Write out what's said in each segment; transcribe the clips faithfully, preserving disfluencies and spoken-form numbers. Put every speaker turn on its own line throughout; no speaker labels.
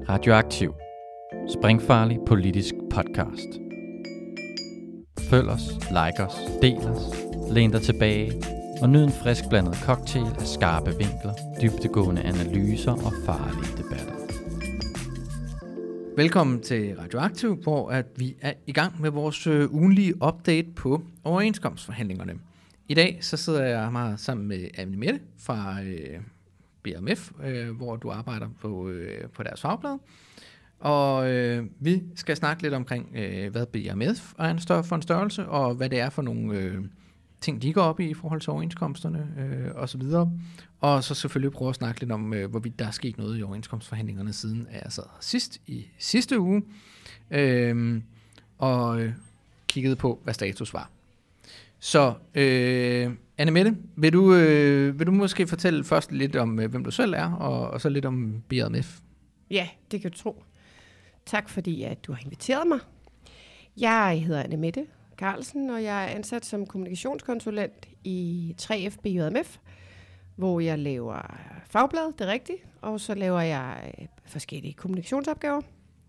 Radioaktiv. Springfarlig politisk podcast. Følg os, like os, del os, læn dig tilbage og nyd en frisk blandet cocktail af skarpe vinkler, dybdegående analyser og farlige debatter.
Velkommen til Radioaktiv, hvor at vi er i gang med vores øh, ugenlige update på overenskomstforhandlingerne. I dag så sidder jeg meget sammen med Annemette fra øh, B R M F, øh, hvor du arbejder på, øh, på deres fagblad. Og øh, vi skal snakke lidt omkring, øh, hvad B R M F er en større, for en størrelse, og hvad det er for nogle øh, ting, de går op i i forhold til overenskomsterne øh, osv. Og så selvfølgelig prøve at snakke lidt om, øh, hvorvidt der er sket noget i overenskomstforhandlingerne siden jeg sad sidst i sidste uge, øh, og øh, kiggede på, hvad status var. Så øh, Annemette, vil du, øh, vil du måske fortælle først lidt om, øh, hvem du selv er, og, og så lidt om B R M F?
Ja, det kan du tro. Tak fordi, at du har inviteret mig. Jeg hedder Annemette Carlsen, og jeg er ansat som kommunikationskonsulent i tre F B J M F, hvor jeg laver fagblad, det er rigtigt, og så laver jeg forskellige kommunikationsopgaver.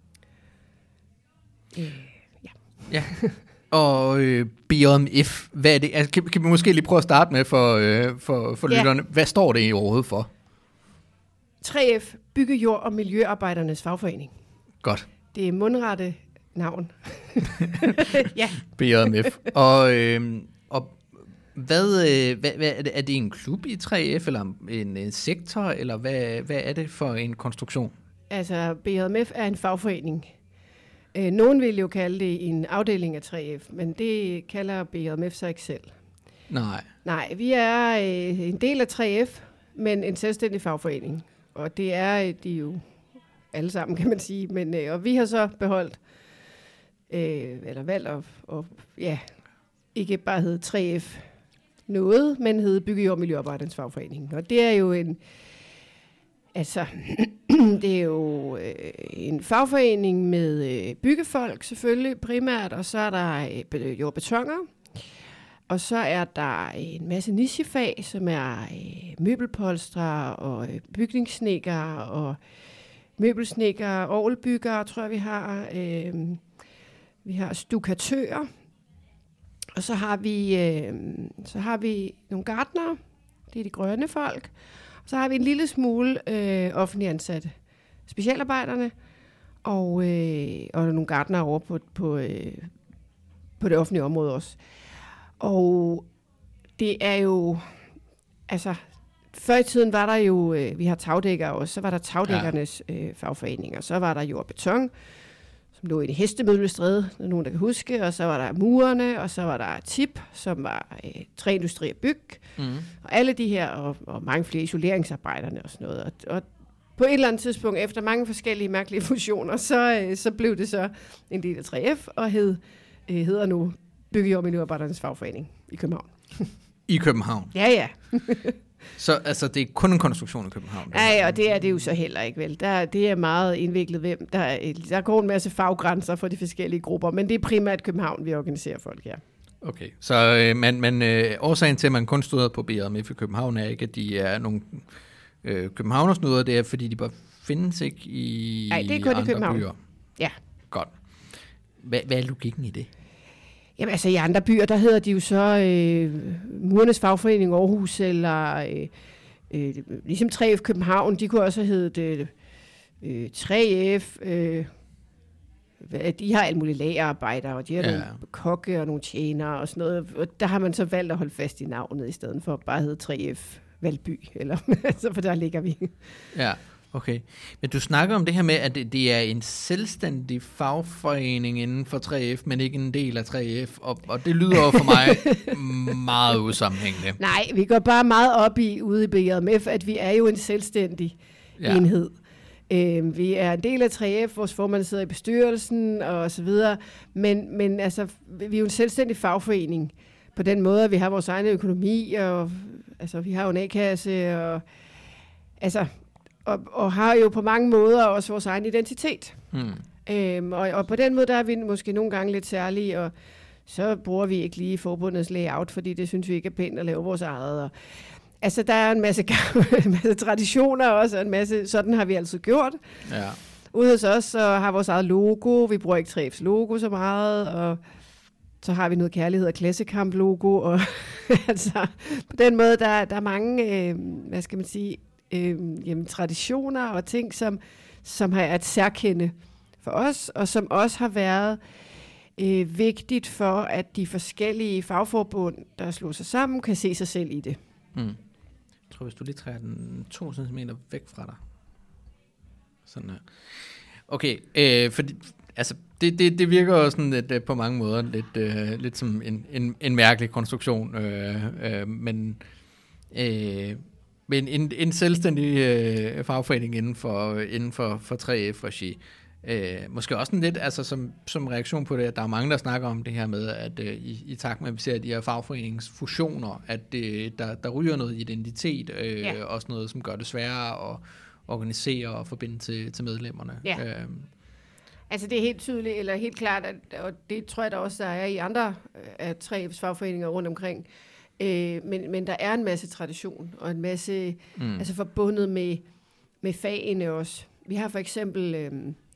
Øh, ja.
Ja. Og øh, B R M F, hvad er det? Altså, kan, kan vi måske lige prøve at starte med for, øh, for, for ja. lytterne? Hvad står det i overhovedet for?
tre F, Bygge, Jord- og Miljøarbejdernes Fagforening.
Godt.
Det er mundrette navn. Ja.
B R M F. Og, øh, og hvad, øh, hvad, hvad er, det, er det en klub i tre F, eller en, en sektor, eller hvad, hvad er det for en konstruktion?
Altså, B R M F er en fagforening. Øh, nogen vil jo kalde det en afdeling af tre F, men det kalder B R M F sig ikke selv.
Nej.
Nej, vi er øh, en del af tre F, men en selvstændig fagforening. Og det er de jo alle sammen, kan man sige. Men, øh, og vi har så beholdt, øh, eller valgt at, og, ja, ikke bare hedde tre F noget, men hedde Bygge, Jord- og Miljøarbejdernes Fagforening. Og det er jo en, altså, det er jo øh, en fagforening med øh, byggefolk selvfølgelig primært, og så er der øh, jord- og betoner. Og så er der en masse nichefag, som er øh, møbelpolstre og øh, bygningssnedker og møbelsnedker, orgelbyggere, tror jeg, vi har. Øh, vi har stukatører. Og så har vi, øh, så har vi nogle gartnere, det er de grønne folk. Og så har vi en lille smule øh, offentlige ansatte, specialarbejderne, og, øh, og nogle gartnere over på, på, øh, på det offentlige område også. Og det er jo, altså, før i tiden var der jo, øh, vi har tagdækkere også, så var der tagdækkernes øh, fagforeninger, så var der jord og beton, som lå i det Hestemøllestræde, der er nogen, der kan huske, og så var der murerne, og så var der T I P, som var øh, træindustri og byg, mm. og alle de her, og, og mange flere isoleringsarbejderne og sådan noget. Og, og på et eller andet tidspunkt, efter mange forskellige mærkelige fusioner, så, øh, så blev det så en del af tre F, og hed, øh, hedder nu Bygge, Jord- og Miljøarbejdernes Fagforening i København.
I København?
Ja, ja.
Så altså, det er kun en konstruktion i København?
Nej, og det er det jo så heller ikke, vel. Der, det er meget indviklet. Hvem. Der, der går en masse faggrænser for de forskellige grupper, men det er primært København, vi organiserer folk her.
Okay, så øh, man, man, øh, årsagen til, at man kun støder på B R M F i København, er ikke, at de er nogle øh, københavnersnuder, det er, fordi de bare findes ikke i
Nej, det er kun
andre
i København.
byer.
Ja.
Godt. Hvad, hvad er logikken i det?
Jamen altså i andre byer, der hedder de jo så øh, Murernes Fagforening Aarhus, eller øh, øh, ligesom tre F København, de kunne også have heddet øh, tre F, øh, de har alle mulige lagerarbejdere, og de har ja. nogle kokke og nogle tjenere og sådan noget, og der har man så valgt at holde fast i navnet, i stedet for at bare hedde tre F Valby, eller altså, for der ligger vi.
Ja. Okay, men du snakker om det her med, at det, det er en selvstændig fagforening inden for tre F, men ikke en del af tre F, og, og det lyder jo for mig meget usammenhængende.
Nej, vi går bare meget op i ude i B R M F, at vi er jo en selvstændig ja. enhed. Øh, vi er en del af tre F, vores formand sidder i bestyrelsen og så videre, men, men altså, vi er jo en selvstændig fagforening på den måde, at vi har vores egen økonomi, og altså, vi har jo en A-kasse, og altså... Og, og har jo på mange måder også vores egen identitet. Hmm. Øhm, og, og på den måde, der er vi måske nogle gange lidt særlige, og så bruger vi ikke lige forbundets layout, fordi det synes vi ikke er pænt at lave vores eget. Og, altså, der er en masse, en masse traditioner også, og en masse, sådan har vi altid gjort.
Ja.
ude hos os, så har vores eget logo. Vi bruger ikke tre F's logo så meget, og så har vi noget kærlighed og Klassekamp-logo. Og altså, på den måde, der, der er mange, øh, hvad skal man sige, øh, jamen, traditioner og ting, som, som har et særkende for os, og som også har været øh, vigtigt for, at de forskellige fagforbund, der slår sig sammen, kan se sig selv i det.
Mm. Jeg tror, hvis du lige træder den to centimeter væk fra dig. Sådan her. Okay, øh, fordi, altså, det, det, det virker jo sådan lidt, på mange måder lidt, øh, lidt som en, en, en mærkelig konstruktion, øh, øh, men, øh, men en, en selvstændig øh, fagforening inden for, inden for, for tre F-regi. Øh, måske også en lidt, altså som, som reaktion på det, at der er mange, der snakker om det her med, at øh, i, i takt med, at vi ser de her fagforeningsfusioner, at det, der, der ryger noget identitet, øh, ja. Også noget, som gør det sværere at organisere og forbinde til, til medlemmerne.
Ja. Øh. Altså det er helt tydeligt, eller helt klart, at, og det tror jeg der også der er i andre af tre F's fagforeninger rundt omkring, øh, men, men der er en masse tradition, og en masse, mm. altså forbundet med, med fagene også. Vi har for eksempel... Øh,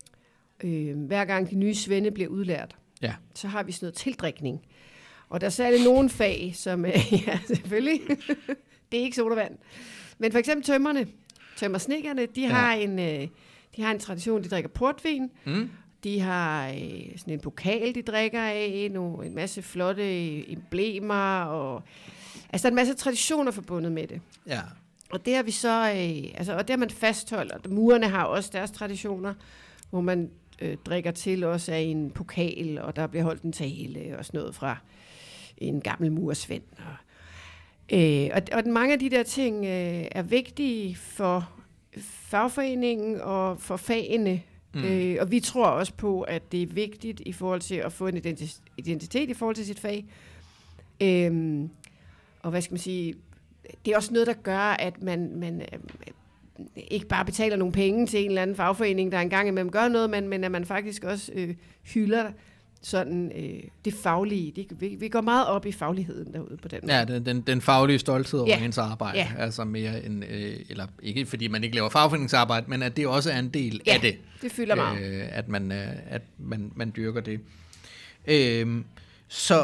Øh, hver gang de nye svende bliver udlært, ja. Så har vi sådan noget tildrikning. Og der så er det nogle fag, som, øh, ja, selvfølgelig, det er ikke sodavand. Men for eksempel tømmerne, tømmersnikkerne, de, ja. har en, øh, de har en tradition, de drikker portvin. Mm. De har øh, sådan en pokal, de drikker af, nogle, en masse flotte emblemer. Og, altså der er en masse traditioner forbundet med det. Ja. Og det har vi så, øh, altså, og det har man fastholdt, og murerne har også deres traditioner, hvor man øh, drikker til også af en pokal, og der bliver holdt en tale og sådan noget fra en gammel mursvend. Og, øh, og, og mange af de der ting øh, er vigtige for fagforeningen og for fagene. Mm. Øh, og vi tror også på, at det er vigtigt i forhold til at få en identi- identitet i forhold til sit fag. Øh, og hvad skal man sige, det er også noget, der gør, at man... man øh, ikke bare betaler nogle penge til en eller anden fagforening, der engang imellem gør noget, men, men at man faktisk også øh, hylder sådan øh, det faglige. Det, vi, vi går meget op i fagligheden derude på den måde.
Ja, den, den, den faglige stolthed over
ja.
ens arbejde.
Ja.
Altså mere end, øh, eller ikke fordi man ikke laver fagforeningsarbejde, men at det også er en del
ja,
af det.
det fylder meget.
Øh, at man, øh, at man, man dyrker det. Øh, så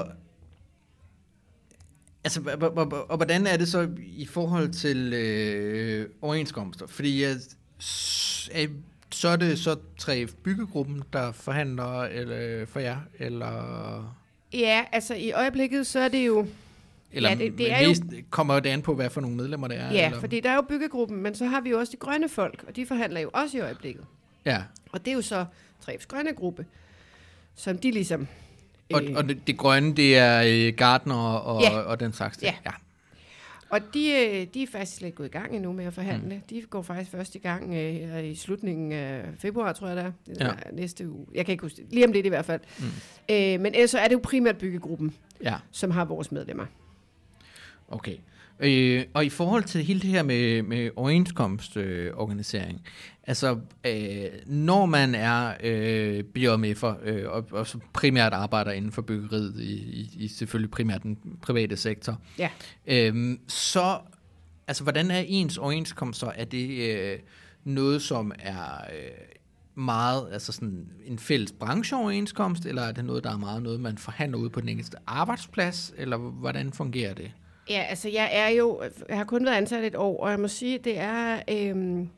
Altså, og hvordan er det så i forhold til øh, overenskomster? Fordi jeg, så er det så tre F Byggegruppen, der forhandler eller, for jer, eller?
Ja, altså i øjeblikket, så er det jo...
Eller
ja, det, det er
mest,
jo,
kommer det an på, hvad for nogle medlemmer det er?
Ja,
eller?
fordi der er jo Byggegruppen, men så har vi jo også de grønne folk, og de forhandler jo også i øjeblikket. Ja. Og det er jo så tre F's grønne gruppe, som de ligesom...
Og, og det, det grønne, det er øh, Gartner og,
ja.
og den slags.
Ja. ja. Og de, de er faktisk slet gået i gang endnu med at forhandle. Mm. De går faktisk først i gang øh, i slutningen af februar, tror jeg det er. Det er ja. Næste uge. Jeg kan ikke huske det. Lige om lidt i hvert fald. Mm. Øh, men ellers så er det jo primært Byggegruppen, ja. Som har vores medlemmer.
Okay. Øh, og i forhold til hele det her med, med overenskomstorganisering, øh, altså øh, når man er øh, B J M F'er øh, og, og så primært arbejder inden for byggeriet i, i, i selvfølgelig primært den private sektor, ja. øh, så altså hvordan er ens overenskomst så? Er det øh, noget som er øh, meget altså sådan en fælles brancheoverenskomst, eller er det noget der er meget noget man forhandler ude på den enkelte arbejdsplads, eller hvordan fungerer det?
Ja, altså jeg er jo, jeg har kun været ansat et år, og jeg må sige, det er, øhm,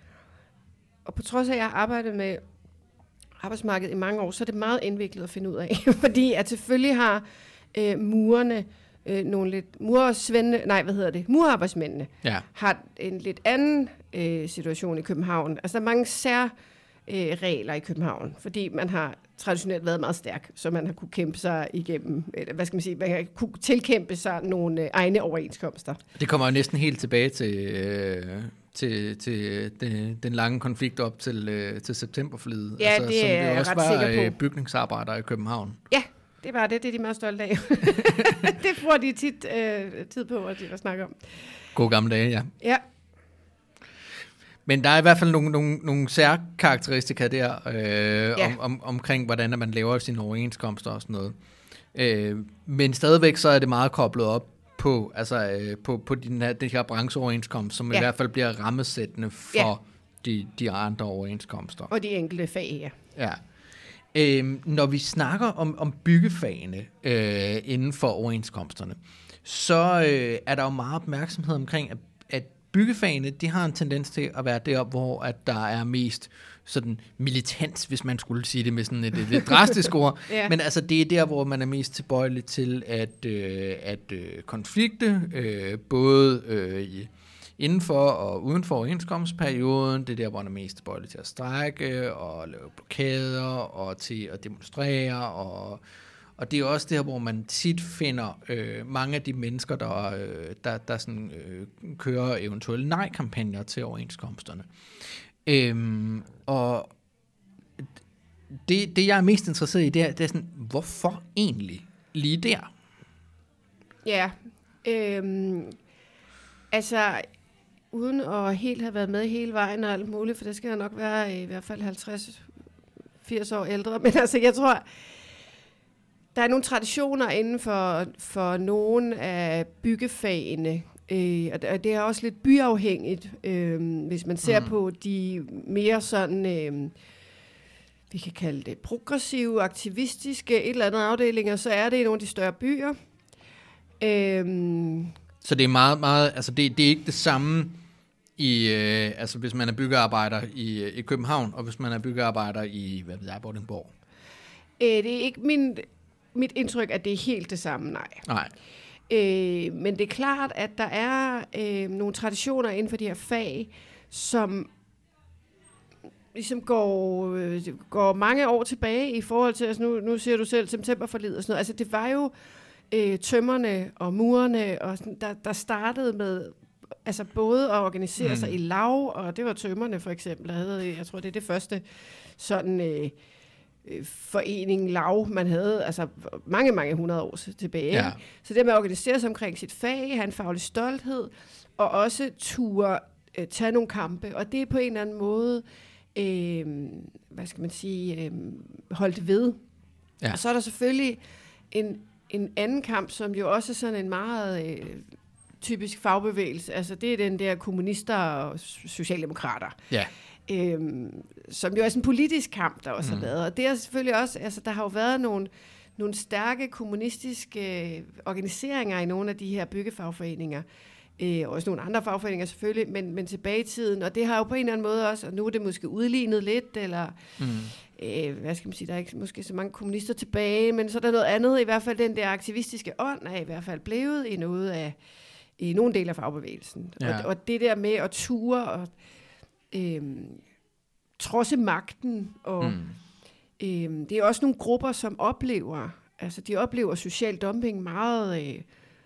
og på trods af, at jeg har arbejdet med arbejdsmarkedet i mange år, så er det meget indviklet at finde ud af, fordi at selvfølgelig har øh, murerne, øh, nogle lidt, murersvende, nej, hvad hedder det, murarbejdsmændene, ja. Har en lidt anden øh, situation i København. Altså der er mange sær øh, regler i København, fordi man har traditionelt været meget stærk, så man har kunne kæmpe sig igennem, eller hvad skal man sige, man har kunne tilkæmpe sig nogle øh, egne overenskomster.
Det kommer jo næsten helt tilbage til, øh, til, til den, den lange konflikt op til, øh, til septemberforliget.
Ja, altså, det er jeg
også
ret
var,
sikker på.
Bygningsarbejdere i København.
Ja, det var det. Det er de meget stolte af. Det får de tit øh, tid på at, at snakke om.
God gamle dage, ja.
Ja.
Men der er i hvert fald nogle, nogle, nogle særkarakteristika der, øh, ja. om, om, omkring, hvordan man laver sine overenskomster og sådan noget. Øh, men stadigvæk så er det meget koblet op på, altså, øh, på, på den her, den her brancheoverenskomst, som ja. I hvert fald bliver rammesættende for de, de andre overenskomster.
Og de enkelte fag, ja.
Ja. Øhm, når vi snakker om, om byggefagene øh, inden for overenskomsterne, så øh, er der jo meget opmærksomhed omkring, at, at byggefagene, de har en tendens til at være deroppe, hvor at der er mest sådan militant, hvis man skulle sige det med sådan et, et lidt drastisk ord. Ja. Men altså, det er der, hvor man er mest tilbøjelig til at, øh, at øh, konflikte, øh, både øh, i inden for og uden for overenskomstperioden. Det er der, hvor man er mest tilbøjelig til at strejke og lave blokader og til at demonstrere. Og, og det er også der, hvor man tit finder øh, mange af de mennesker, der, øh, der, der sådan, øh, kører eventuelle nej-kampagner til overenskomsterne. Øhm, og det, det, jeg er mest interesseret i, det er, det er sådan, hvorfor egentlig lige der?
Ja, øhm, altså... uden at helt have været med hele vejen og alt muligt, for det skal jeg nok være i hvert fald halvtreds til firs år ældre. Men altså, jeg tror, der er nogle traditioner inden for, for nogle af byggefagene, øh, og det er også lidt byafhængigt, øh, hvis man ser mm. på de mere sådan, øh, vi kan kalde det progressive, aktivistiske, et eller andet afdelinger, så er det i nogle af de større byer. Øh,
Så det er meget, meget, altså det, det er ikke det samme i, øh, altså hvis man er byggearbejder i, i København, og hvis man er byggearbejder i, hvad ved jeg, Vordingborg?
Øh, det er ikke min, mit indtryk, at det er helt det samme, nej.
Nej.
Øh, men det er klart, at der er øh, nogle traditioner inden for de her fag, som ligesom går, øh, går mange år tilbage i forhold til, altså nu, nu siger du selv, septemberforliget og sådan noget. Altså det var jo øh, tømmerne og murerne, og sådan, der, der startede med altså både at organisere mm. sig i lav, og det var tømmerne for eksempel, der havde, jeg tror det er det første sådan øh, øh, forening lav, man havde, altså mange, mange hundrede år tilbage. Ja. Så det med at organisere sig omkring sit fag, have en faglig stolthed, og også ture øh, tage nogle kampe, og det er på en eller anden måde, øh, hvad skal man sige, øh, holdt ved. Ja. Og så er der selvfølgelig en, en anden kamp, som jo også er sådan en meget øh, typisk fagbevægelse, altså det er den der kommunister og socialdemokrater. Ja. Øhm, som jo er sådan en politisk kamp, der også mm. har været. Og det er selvfølgelig også, altså der har jo været nogle, nogle stærke kommunistiske øh, organiseringer i nogle af de her byggefagforeninger. Øh, også nogle andre fagforeninger selvfølgelig, men, men tilbage i tiden. Og det har jo på en eller anden måde også, og nu er det måske udlignet lidt, eller mm. øh, hvad skal man sige, der er ikke måske så mange kommunister tilbage, men så er der noget andet, i hvert fald den der aktivistiske ånd er i hvert fald blevet i noget af, i nogle dele af fagbevægelsen. Ja. Og, og det der med at ture og Øhm, trodse magten, og mm. øhm, det er også nogle grupper, som oplever, altså de oplever social dumping meget, øh,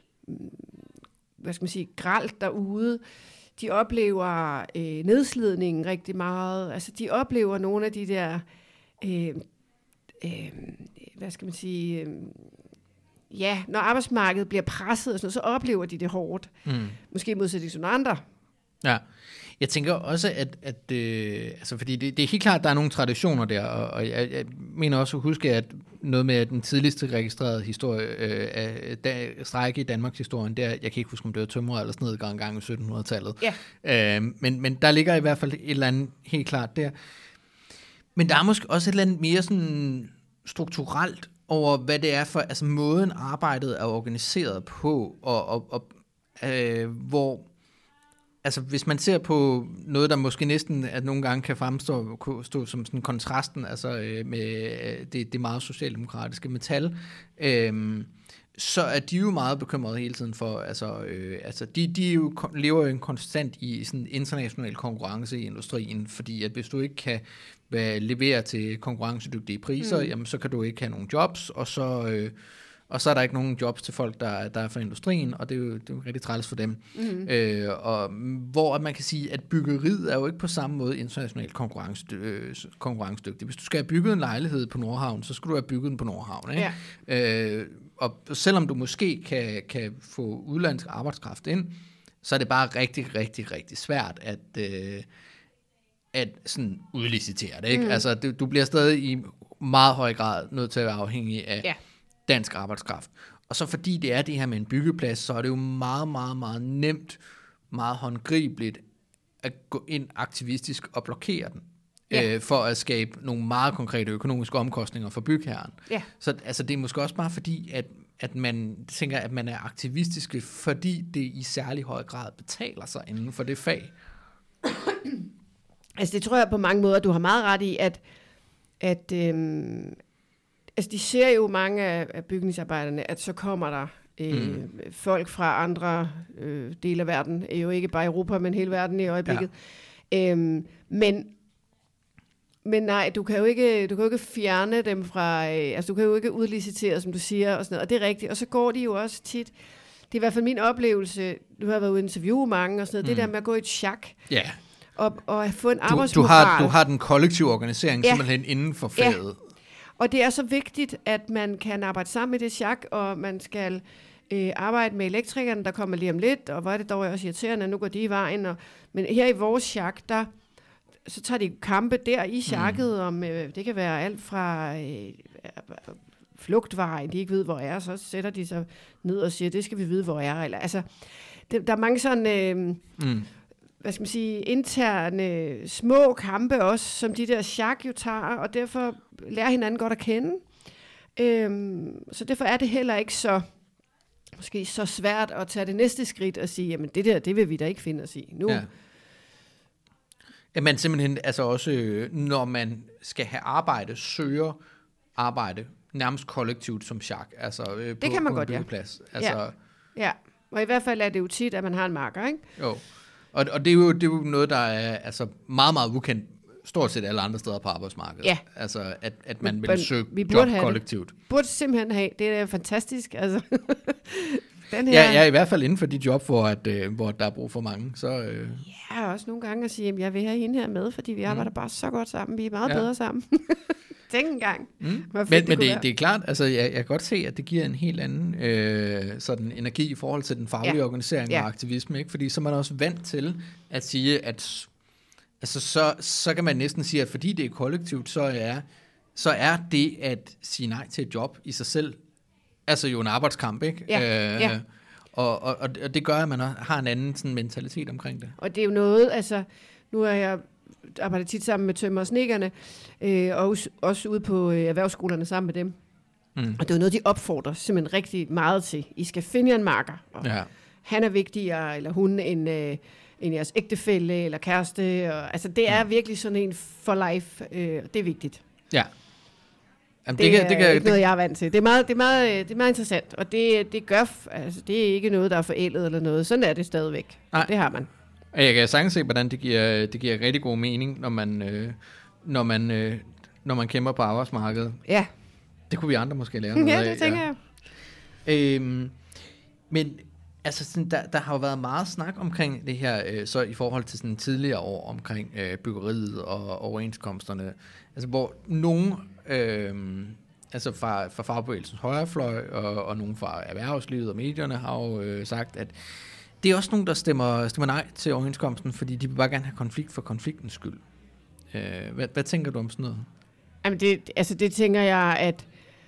hvad skal man sige, grelt derude. De oplever øh, nedslidningen rigtig meget. Altså de oplever nogle af de der, øh, øh, hvad skal man sige, øh, ja, når arbejdsmarkedet bliver presset og sådan noget, så oplever de det hårdt. Mm. Måske modsætning til nogle andre.
Ja. Jeg tænker også, at, at øh, altså fordi det, det er helt klart, at der er nogle traditioner der, og, og jeg, jeg mener også at huske, at noget med at den tidligste registrerede historie øh, af da, strejke i Danmarks historien, der, jeg kan ikke huske, om det var tømrer eller sådan noget gang, gang i syttenhundredetallet. Ja. Øh, men, men der ligger i hvert fald et eller andet helt klart der. Men der er måske også et eller andet mere sådan strukturelt over, hvad det er for, altså måden arbejdet er organiseret på, og, og, og øh, hvor altså hvis man ser på noget, der måske næsten at nogle gange kan fremstå stå som sådan kontrasten, altså øh, med det, det meget socialdemokratiske metal, øh, så er de jo meget bekymrede hele tiden for, altså, øh, altså de, de jo lever jo en konstant i sådan international konkurrence i industrien, fordi at hvis du ikke kan hvad, levere til konkurrencedygtige priser, mm. jamen så kan du ikke have nogen jobs, og så øh, Og så er der ikke nogen jobs til folk, der, der er fra industrien, og det er jo, det er jo rigtig træls for dem. Mm-hmm. Øh, og hvor man kan sige, at byggeriet er jo ikke på samme måde internationalt konkurrencedy- øh, konkurrencedygtigt. Hvis du skal have bygget en lejlighed på Nordhavn, så skal du have bygget den på Nordhavn. Ikke? Ja. Øh, og selvom du måske kan, kan få udlandsk arbejdskraft ind, så er det bare rigtig, rigtig, rigtig svært at, øh, at sådan udlicitere det. Ikke? Mm. Altså, du, du bliver stadig i meget høj grad nødt til at være afhængig af... Ja. dansk arbejdskraft. Og så fordi det er det her med en byggeplads, så er det jo meget, meget, meget nemt, meget håndgribeligt at gå ind aktivistisk og blokere den,
Ja.
øh, for at skabe nogle meget konkrete økonomiske omkostninger for bygherren.
Ja.
Så altså, det er måske også bare fordi, at, at man tænker, at man er aktivistiske, fordi det i særlig høj grad betaler sig inden for det fag.
Altså det tror jeg på mange måder, du har meget ret i, at, at øhm, altså de ser jo mange af, af bygningsarbejderne, at så kommer der øh, mm. folk fra andre øh, dele af verden, jo ikke bare Europa, men hele verden i øjeblikket. Ja. Øhm, men Men nej, du kan jo ikke, du kan jo ikke fjerne dem fra, øh, altså du kan jo ikke udlicitere, som du siger, og sådan noget, og det er rigtigt. Og så går de jo også tit, det er i hvert fald min oplevelse, du har været ude og interviewe mange og sådan noget, mm. det der med at gå i et chak,
Ja.
og, og få en
Du,
arbejdsmoral.
du, har, du har den kollektive organisering
Ja.
simpelthen inden for faget. Ja.
Og det er så vigtigt, at man kan arbejde sammen med det sjak, og man skal øh, arbejde med elektrikerne, der kommer lige om lidt, og hvor er det dog også irriterende, nu går de i vejen. Og, men her i vores sjak, der så tager de kampe der i sjakket, mm. om øh, det kan være alt fra øh, flugtvejen, de ikke ved, hvor er, så sætter de sig ned og siger, det skal vi vide, hvor er. Eller, altså, det, der er mange sådan, øh, mm. hvad skal man sige, interne små kampe også, som de der sjak jo tager, og derfor lærer hinanden godt at kende. Øhm, så derfor er det heller ikke så, måske så svært at tage det næste skridt og sige, jamen det der, det vil vi da ikke finde os i nu.
Ja. At man simpelthen, altså også, øh, når man skal have arbejde, søger arbejde nærmest kollektivt som sjak, altså øh,
det
på,
kan man
på
godt,
en byggeplads.
Ja.
Altså,
ja. ja, og i hvert fald er det jo tit, at man har en marker, ikke?
Jo, og, og det, er jo, det er jo noget, der er altså, meget, meget ukendt, stort set alle andre steder på arbejdsmarkedet.
Ja.
Altså, at, at man vil
Men
søge
vi
job
have
kollektivt.
Det. Burde simpelthen have, det er fantastisk, altså. Den her...
Ja, ja, i hvert fald inden for de job, hvor, at, øh, hvor der er brug for mange. Så, øh...
Ja, også nogle gange at sige, at jeg vil have hende her med, fordi vi arbejder mm. bare så godt sammen. Vi er meget ja. bedre sammen. Tænk engang. Mm.
Men, det men det, det er klart, altså jeg, jeg kan godt se, at det giver en helt anden øh, sådan energi i forhold til den faglige ja. organisering ja. og aktivisme, ikke? Fordi så er man også vant til at sige, at altså, så, så kan man næsten sige, at fordi det er kollektivt, så er, så er det at sige nej til et job i sig selv altså jo en arbejdskamp, ikke?
Ja,
øh,
ja.
Og, og, og det gør, at man har en anden sådan, mentalitet omkring det.
Og det er jo noget, altså, nu har jeg arbejdet tit sammen med tømmer og snedkerne, øh, og også, også ude på øh, erhvervsskolerne sammen med dem. Mm. Og det er jo noget, de opfordrer simpelthen rigtig meget til. I skal finde jer en marker, og ja. han er vigtigere, eller hun, end, øh, end jeres ægtefælle eller kæreste. Og, altså, det er mm. virkelig sådan en for life. Øh, det er vigtigt.
Ja.
Jamen, det, det, kan, det kan, ikke det, noget, jeg er vant til. Det er meget, det er meget, det er meget interessant, og det, det gør, altså det er ikke noget, der er forældet eller noget. Sådan er det stadigvæk. Nej. Det har man.
Og jeg kan sagtens se, hvordan det giver, det giver rigtig god mening, når man, øh, når man, øh, når man kæmper på arbejdsmarkedet.
Ja.
Det kunne vi andre måske lære noget af.
Ja, det tænker
ja. jeg. Øhm, men altså, sådan, der, der har jo været meget snak omkring det her, øh, så i forhold til sådan tidligere år omkring øh, byggeriet og overenskomsterne, altså hvor nogen Øhm, altså fra, fra fagbevægelsens højrefløj og, og nogen fra erhvervslivet og medierne har jo øh, sagt, at det er også nogen, der stemmer, stemmer nej til overenskomsten, fordi de vil bare gerne have konflikt for konfliktens skyld. Øh, hvad, hvad tænker du om sådan noget?
Jamen det, altså det tænker jeg, at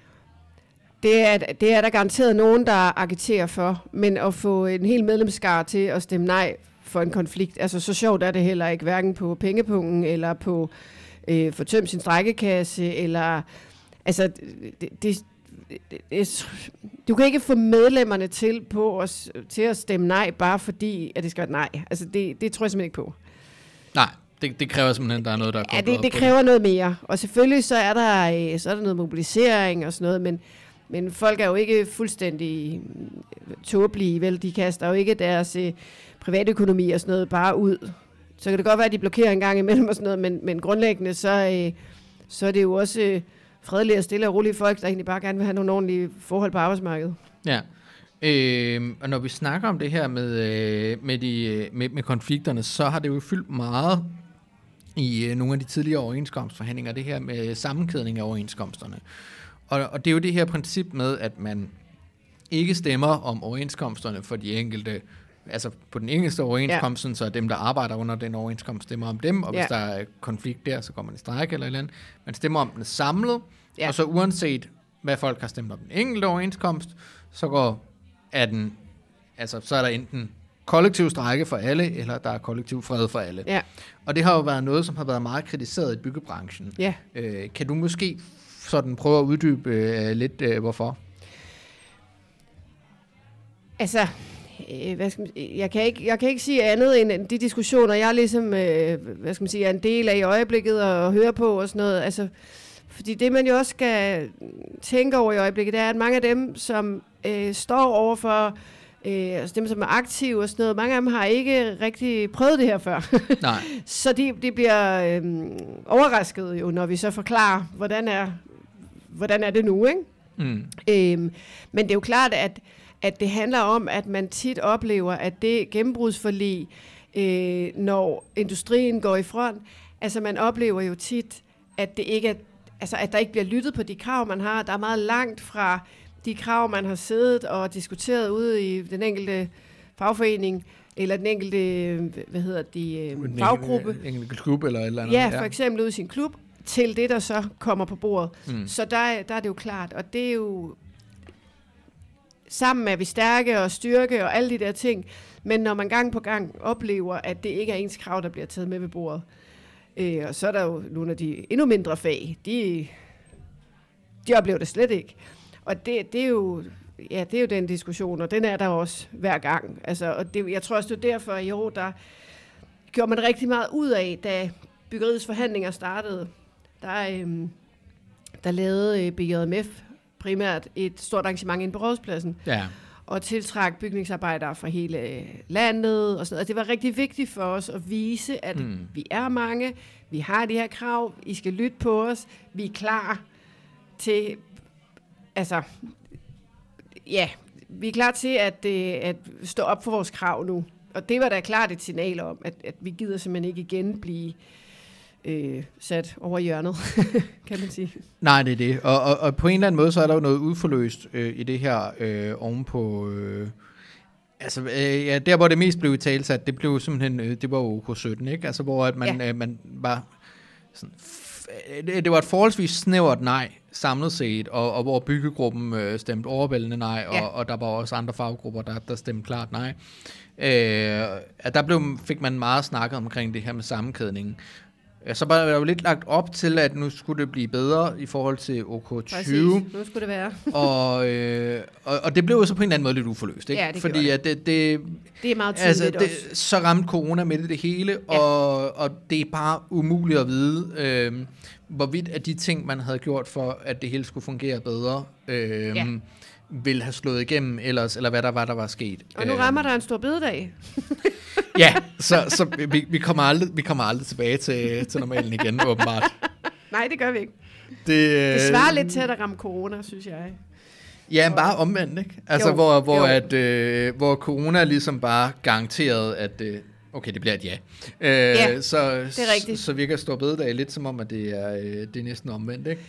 det er, det er der garanteret nogen, der agiterer for, men at få en hel medlemsskare til at stemme nej for en konflikt, altså så sjovt er det heller ikke, hverken på pengepungen eller på Øh, få tømt sin strækkekasse, eller altså, det, det, det, det, du kan ikke få medlemmerne til på os, til at stemme nej, bare fordi, at det skal være nej. Altså, det, det tror jeg simpelthen ikke på.
Nej, det, det kræver simpelthen, at der er noget, der er
ja, det, det kræver noget mere. Og selvfølgelig så er der, så er der noget mobilisering og sådan noget, men, men folk er jo ikke fuldstændig tåbelige, vel? De kaster jo ikke deres øh, privatøkonomi og sådan noget bare ud. Så kan det godt være, at de blokerer en gang imellem og sådan noget, men, men grundlæggende, så, øh, så er det jo også øh, fredelige og stille og rolige folk, der egentlig bare gerne vil have nogle ordentlige forhold på arbejdsmarkedet.
Ja, øh, og når vi snakker om det her med, øh, med, de, med, med konflikterne, så har det jo fyldt meget i øh, nogle af de tidligere overenskomstforhandlinger, det her med sammenkædning af overenskomsterne. Og, og det er jo det her princip med, at man ikke stemmer om overenskomsterne for de enkelte, altså på den enkelte overenskomst, ja. Så er dem, der arbejder under den overenskomst, stemmer om dem, og ja. Hvis der er konflikt der, så går man i strejke eller et eller andet. Man stemmer om den samlet, ja. Og så uanset hvad folk har stemt om den enkelte overenskomst, så går er den, altså så er der enten kollektiv strejke for alle, eller der er kollektiv fred for alle.
Ja.
Og det har jo været noget, som har været meget kritiseret i byggebranchen.
Ja.
Øh, kan du måske sådan prøve at uddybe øh, lidt, øh, hvorfor?
Altså, øh, hvad skal man, jeg, kan ikke, jeg kan ikke sige andet end de diskussioner, jeg ligesom, øh, hvad skal man sige, er en del af i øjeblikket og hører på og sådan noget. Altså, fordi det, man jo også skal tænke over i øjeblikket, det er, at mange af dem, som øh, står overfor, øh, altså dem, som er aktive og sådan noget, mange af dem har ikke rigtig prøvet det her før.
Nej.
Så de, de bliver øh, overrasket jo, når vi så forklarer, hvordan er, hvordan er det nu, ikke?
Mm.
Øhm, men det er jo klart, at at det handler om, at man tit oplever, at det gennembrudsforlig, øh, når industrien går i front, altså man oplever jo tit, at det ikke er, altså at der ikke bliver lyttet på de krav, man har. Der er meget langt fra de krav, man har siddet og diskuteret ude i den enkelte fagforening, eller den enkelte, hvad hedder de, øh, faggruppe.
En enkelte klub eller et eller andet.
Ja, for eksempel ude i sin klub, til det, der så kommer på bordet.
Mm.
Så der, der er det jo klart, og det er jo sammen er vi stærke og styrke og alle de der ting, men når man gang på gang oplever, at det ikke er ens krav, der bliver taget med ved bordet, øh, og så er der jo nogle af de endnu mindre fag, de, de oplever det slet ikke. Og det, det, er jo, ja, det er jo den diskussion, og den er der også hver gang. Altså, og det, jeg tror også, det er derfor, at i år, der gjorde man rigtig meget ud af, da byggeriets forhandlinger startede. Der, øh, der lavede øh, B J M F primært et stort arrangement inde på Rådhuspladsen,
ja.
og tiltrække bygningsarbejdere fra hele landet og sådan noget. Og det var rigtig vigtigt for os at vise, at mm. vi er mange, vi har de her krav, I skal lytte på os, vi er klar til, altså, ja, vi er klar til at, at stå op for vores krav nu. Og det var da klart et signal om, at, at vi gider simpelthen ikke igen blive Øh, sat over hjørnet, kan man sige.
Nej, det er det. Og, og, og på en eller anden måde, så er der jo noget udforløst øh, i det her øh, ovenpå... Øh, altså, øh, ja, der hvor det mest blev italesat, det blev simpelthen, øh, det var O K sytten, ikke? Altså, hvor at man, ja. øh, man var... Sådan, f- det, det var et forholdsvis snævert nej, samlet set, og, og hvor byggegruppen øh, stemte overvældende nej, og, ja. og der var også andre faggrupper, der, der stemte klart nej. Øh, der blev, fik man meget snakket omkring det her med sammenkædningen. Så var der jo lidt lagt op til, at nu skulle det blive bedre i forhold til O K tyve.
Præcis, nu skulle det være.
og, øh, og, og det blev jo så på en eller anden måde lidt uforløst, ikke?
Ja, det
Fordi at det, det,
det er meget tydeligt
altså, det,
også.
Så ramte corona midt i det hele, ja. og, og det er bare umuligt at vide, øh, hvorvidt at de ting, man havde gjort for, at det hele skulle fungere bedre, øh, ja. ville have slået igennem ellers, eller hvad der var, der var sket.
Og nu rammer der en stor bededag.
Ja, så, så vi, vi, kommer aldrig, vi kommer aldrig tilbage til, til normalen igen, åbenbart.
Nej, det gør vi ikke.
Det,
det svarer lidt til at ramme corona, synes jeg.
Ja, bare omvendt, ikke? Altså,
jo,
hvor, hvor,
jo.
at, øh, hvor corona ligesom bare garanteret, at øh, okay, det bliver et ja. Øh,
ja,
så,
det er rigtigt.
Så, så virker stor bededag lidt som om, at det er, øh, det er næsten omvendt, ikke?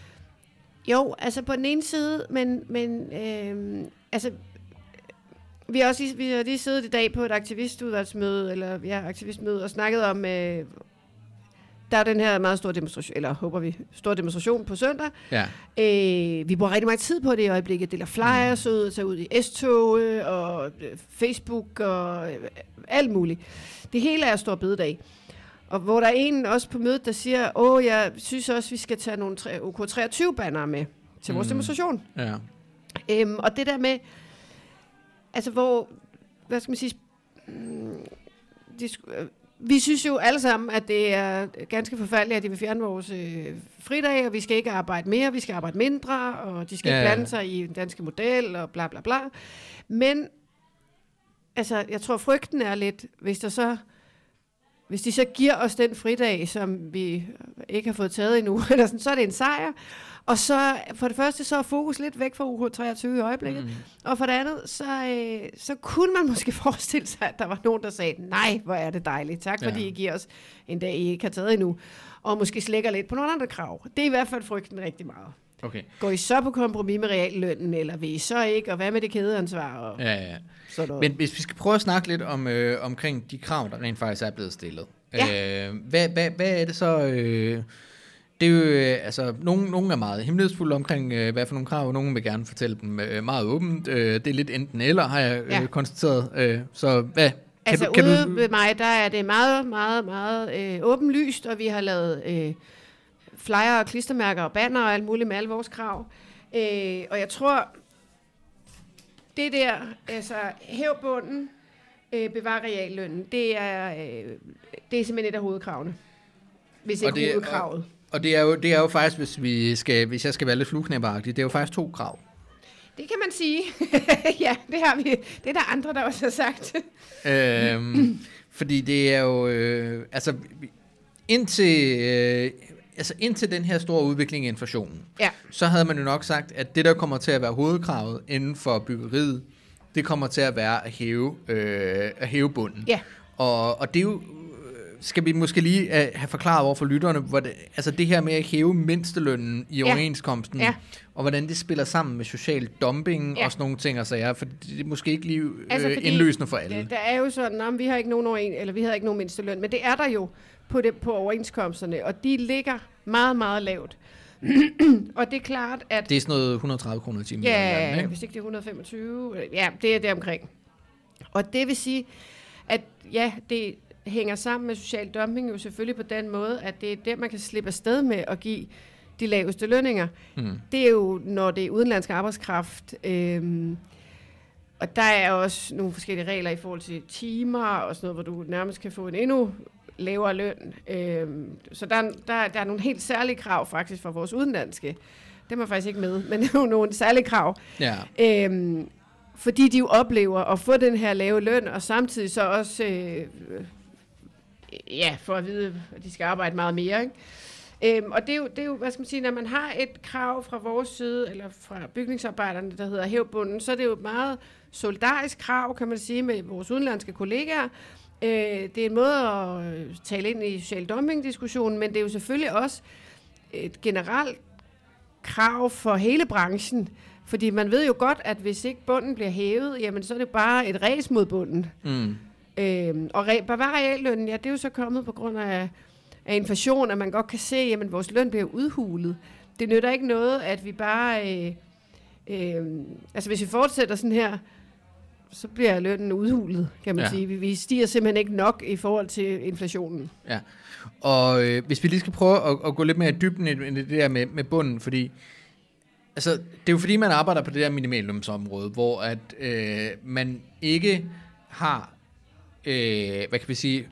Jo, altså på den ene side, men, men øh, altså... Vi har også lige, vi har lige siddet i dag på et aktivistudvalgsmøde, eller ja, aktivistmøde, og snakket om, øh, der er den her meget store demonstration, eller håber vi, stor demonstration på søndag.
Ja.
Øh, vi bruger rigtig meget tid på det i øjeblikket, deler flyers ud, tager ud i S-toget, og øh, Facebook, og øh, alt muligt. Det hele er stor bededag. Og hvor der er en også på mødet, der siger, åh, jeg synes også, vi skal tage nogle O K treogtyve-bannere med til vores mm. demonstration.
Ja.
Øhm, og det der med, altså hvor, hvad skal man sige, de, vi synes jo alle sammen, at det er ganske forfærdeligt, at de vil fjerne vores øh, fridag, og vi skal ikke arbejde mere, vi skal arbejde mindre, og de skal
ja,
ikke blande sig i den danske model, og bla bla bla. Men, altså, jeg tror frygten er lidt, hvis der så, hvis de så giver os den fridag, som vi ikke har fået taget endnu, eller sådan, så er det en sejr. Og så, for det første, så er fokus lidt væk fra O K treogtyve i øjeblikket. Mm. Og for det andet, så, øh, så kunne man måske forestille sig, at der var nogen, der sagde, nej, hvor er det dejligt. Tak, fordi ja. I giver os en dag, I ikke har taget endnu. Og måske slækker lidt på nogle andre krav. Det er i hvert fald frygten rigtig meget.
Okay.
Går I så på kompromis med reallønnen, eller vil I så ikke? Og hvad med det kædeansvar? Og
ja, ja. Men hvis vi skal prøve at snakke lidt om, øh, omkring de krav, der rent faktisk er blevet stillet.
Ja.
Øh, hvad, hvad, hvad er det så... Øh, det er jo, øh, altså, nogen, nogen er meget hemmelighedsfulde omkring, øh, hvad for nogle krav, og nogen vil gerne fortælle dem øh, meget åbent. Øh, det er lidt enten eller, har jeg øh, ja. konstateret. Øh, så hvad? Kan
altså
du, kan
ude
du...
ved mig, der er det meget, meget, meget øh, åbenlyst, og vi har lavet øh, flyer og klistermærker og banner og alt muligt med alle vores krav. Øh, og jeg tror, det der, altså hæv bunden, øh, bevar reallønnen, det er, øh, det er simpelthen et af hovedkravene. Hvis ikke
det,
hovedkravet.
Og, og det, er jo, det er jo faktisk, hvis, vi skal, hvis jeg skal være lidt flueknæpperagtig, det er jo faktisk to krav.
Det kan man sige. Ja, det har vi. Det er der andre, der også har sagt.
øhm, fordi det er jo, øh, altså indtil, øh, altså indtil den her store udvikling i inflationen,
ja.
så havde man jo nok sagt, at det der kommer til at være hovedkravet inden for byggeriet, det kommer til at være at hæve, øh, at hæve bunden.
Ja.
Og, og det er jo, skal vi måske lige uh, have forklaret over for lytterne, hvor det, altså det her med at hæve mindstelønnen i ja. overenskomsten, ja. og hvordan det spiller sammen med social dumping ja. og sådan nogle ting, og så ja, for det er måske ikke lige altså, øh, indløsende for alle.
Der, der er jo sådan, om vi har ikke nogen overen, eller vi har ikke nogen mindsteløn, men det er der jo på det på overenskomsterne, og de ligger meget meget lavt. Og det er klart, at
det er sådan noget et hundrede og tredive kroner i timen.
Ja,
eller
hvis ikke det er et hundrede og femogtyve, ja, det er det omkring. Og det vil sige, at ja, det hænger sammen med social dumping jo selvfølgelig på den måde, at det er der, man kan slippe afsted med at give de laveste lønninger. Mm. Det er jo, når det er udenlandsk arbejdskraft. Øhm, og der er også nogle forskellige regler i forhold til timer og sådan noget, hvor du nærmest kan få en endnu lavere løn. Øhm, så der, der, der er nogle helt særlige krav faktisk for vores udenlandske. Dem er faktisk ikke med, men det er jo nogle særlige krav.
Ja.
Øhm, fordi de jo oplever at få den her lave løn, og samtidig så også øh, ja, for at vide, at de skal arbejde meget mere, ikke? Øhm, og det er, jo, det er jo, hvad skal man sige, når man har et krav fra vores side, eller fra bygningsarbejderne, der hedder hæv bunden, så er det jo et meget solidarisk krav, kan man sige, med vores udenlandske kollegaer. Øh, det er en måde at tale ind i social dumping-diskussionen, men det er jo selvfølgelig også et generelt krav for hele branchen, fordi man ved jo godt, at hvis ikke bunden bliver hævet, jamen så er det bare et ræs mod bunden. Mm. Øhm, og re- bare reallønnen, ja, det er jo så kommet på grund af, af inflation, at man godt kan se, at vores løn bliver udhulet. Det nytter ikke noget, at vi bare, øh, øh, altså hvis vi fortsætter sådan her, så bliver lønnen udhulet, kan man ja. sige. Vi, vi stiger simpelthen ikke nok i forhold til inflationen. Ja,
og øh, hvis vi lige skal prøve at, at gå lidt mere i dybden end det der med, med bunden, fordi altså, det er jo fordi, man arbejder på det der minimallønsområde, hvor at øh, man ikke har Øh, hvad kan vi sige,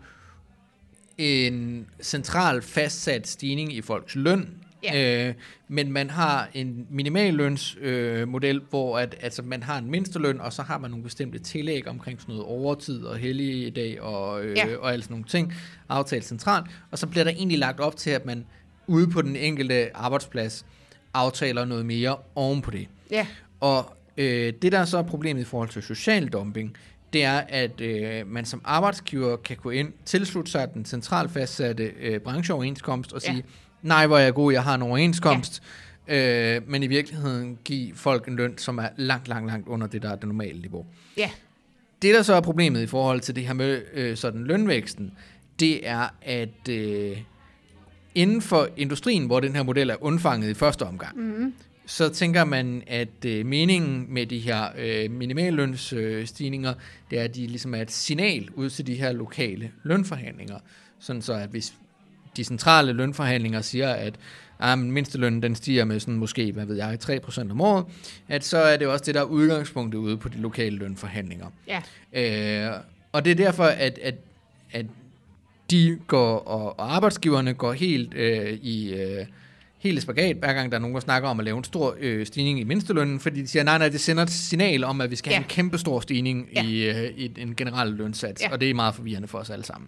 en central fastsat stigning i folks løn, ja. øh, men man har en minimallønsmodel, øh, model, hvor at, altså, man har en mindsteløn, og så har man nogle bestemte tillæg omkring sådan noget overtid og helligdag og, øh, ja. og alle sådan nogle ting, aftalt centralt, og så bliver der egentlig lagt op til, at man ude på den enkelte arbejdsplads aftaler noget mere oven på det. Ja. Og øh, det, der er så er problemet i forhold til social dumping, det er, at øh, man som arbejdsgiver kan gå ind, tilslutte sig den centralt fastsatte øh, brancheoverenskomst og sige, ja. nej, hvor er jeg god, jeg har en overenskomst, ja. øh, men i virkeligheden give folk en løn, som er langt, langt, langt under det, der er det normale niveau. Ja. Det, der så er problemet i forhold til det her med øh, sådan lønvæksten, det er, at øh, inden for industrien, hvor den her model er undfanget i første omgang, mm-hmm. så tænker man, at øh, meningen med de her øh, minimallønsstigninger, øh, det er, at de ligesom er et signal ud til de her lokale lønforhandlinger. Sådan så, at hvis de centrale lønforhandlinger siger, at ah, mindstelønnen den stiger med sådan måske, hvad ved jeg, tre procent om året, at så er det også det, der er udgangspunktet ude på de lokale lønforhandlinger. Ja. Øh, og det er derfor, at, at, at de går, og, og arbejdsgiverne går helt øh, i... Øh, helt spagat, hver gang der er nogen, der snakker om at lave en stor øh, stigning i mindstelønnen, fordi de siger, nej, nej, det sender et signal om, at vi skal ja. have en kæmpe stor stigning ja. i, øh, i en generel lønsats, ja. og det er meget forvirrende for os alle sammen.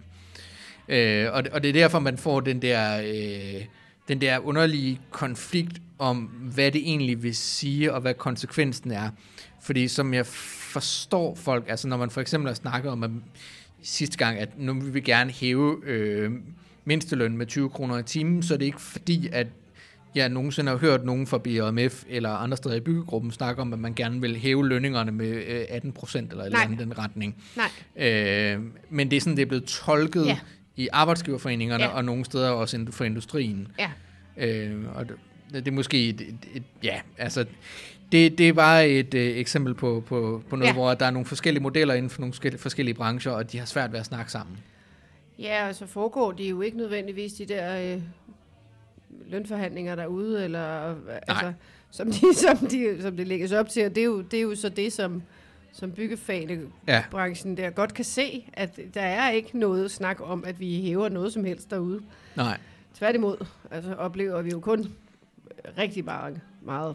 Øh, og, og det er derfor, man får den der, øh, den der underlige konflikt om, hvad det egentlig vil sige, og hvad konsekvensen er. Fordi som jeg forstår folk, altså når man for eksempel har snakket om, at sidste gang, at nu vil vi gerne hæve øh, mindstelønnen med tyve kroner i timen, så er det ikke fordi, at jeg nogensinde har hørt nogen fra B R M F eller andre steder i byggegruppen snakke om, at man gerne vil hæve lønningerne med atten procent eller eller andet i den retning. Nej. Øh, men det er sådan, det er blevet tolket ja. i arbejdsgiverforeningerne ja. og nogle steder også inden for industrien. Ja. Øh, og det, det er måske et, et, et ja, altså det, det var et øh, eksempel på, på, på noget, ja. hvor der er nogle forskellige modeller inden for nogle forskellige, forskellige brancher, og de har svært ved at snakke sammen.
Ja, og så foregår de jo ikke nødvendigvis de der øh, lønforhandlinger derude, eller altså, som, de, som, de, som det lægges op til, og det er jo, det er jo så det, som, som byggefagene-branchen ja. der godt kan se, at der er ikke noget snak om, at vi hæver noget som helst derude.
Nej.
Tværtimod, altså oplever vi jo kun rigtig meget, meget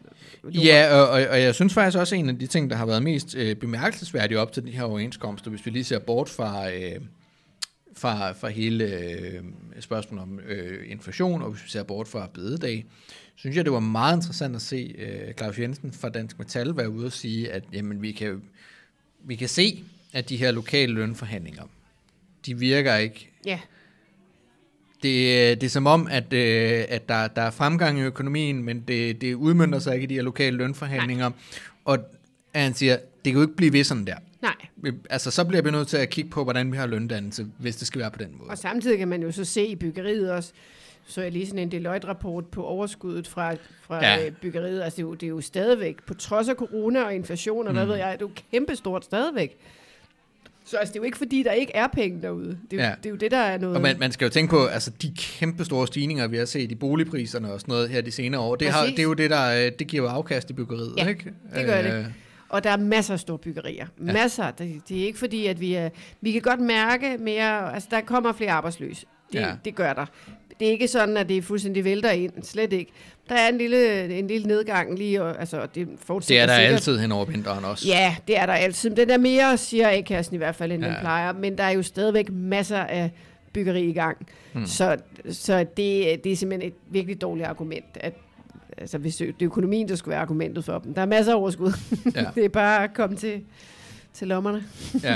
ja, og, og, og jeg synes faktisk også, en af de ting, der har været mest øh, bemærkelsesværdige op til de her overenskomster, hvis vi lige ser bort fra, øh, fra, fra hele øh, spørgsmålet om øh, inflation, og hvis vi ser bort fra bededag, synes jeg, det var meget interessant at se øh, Claus Jensen fra Dansk Metal være ude og sige, at jamen, vi, kan, vi kan se, at de her lokale lønforhandlinger, de virker ikke.
Ja.
Det, det er som om, at, øh, at der, der er fremgang i økonomien, men det, det udmønter sig ikke i de her lokale lønforhandlinger. Nej. Og han siger, det kan jo ikke blive ved sådan der.
Nej.
Altså, så bliver vi nødt til at kigge på, hvordan vi har løndannelse, hvis det skal være på den måde.
Og samtidig kan man jo så se i byggeriet også, så jeg lige sådan en Deloitte-rapport på overskuddet fra, fra ja. byggeriet. Altså, det er, jo, det er jo stadigvæk, på trods af corona og inflation, og mm. hvad ved jeg, det er jo kæmpestort stadigvæk. Så altså, det er jo ikke fordi, der ikke er penge derude. Det er, ja. jo, det, er jo det, der er noget...
Og man, man skal jo tænke på, altså de kæmpe store stigninger, vi har set i boligpriserne og sådan noget her de senere år, det, har, det er jo det, der det giver jo afkast i byggeriet,
ja,
ikke?
det gør
øh,
det. Og der er masser af store byggerier. Ja. Masser. Det, det er ikke fordi, at vi er... Vi kan godt mærke mere... Altså, der kommer flere arbejdsløse. Det, ja. det gør der. Det er ikke sådan, at det er fuldstændig vælter ind. Slet ikke. Der er en lille, en lille nedgang lige, og, altså, det fortsætter.
Det er der
sikkert.
altid hen over vinteren også.
Ja, det er der altid. Den er mere, siger A-kassen i hvert fald, end ja. den plejer. Men der er jo stadigvæk masser af byggeri i gang. Hmm. Så, så det, det er simpelthen et virkelig dårligt argument, at altså, hvis det er økonomien, der skulle være argumentet for dem. Der er masser af overskud. Ja. Det er bare at komme til, til lommerne. Ja.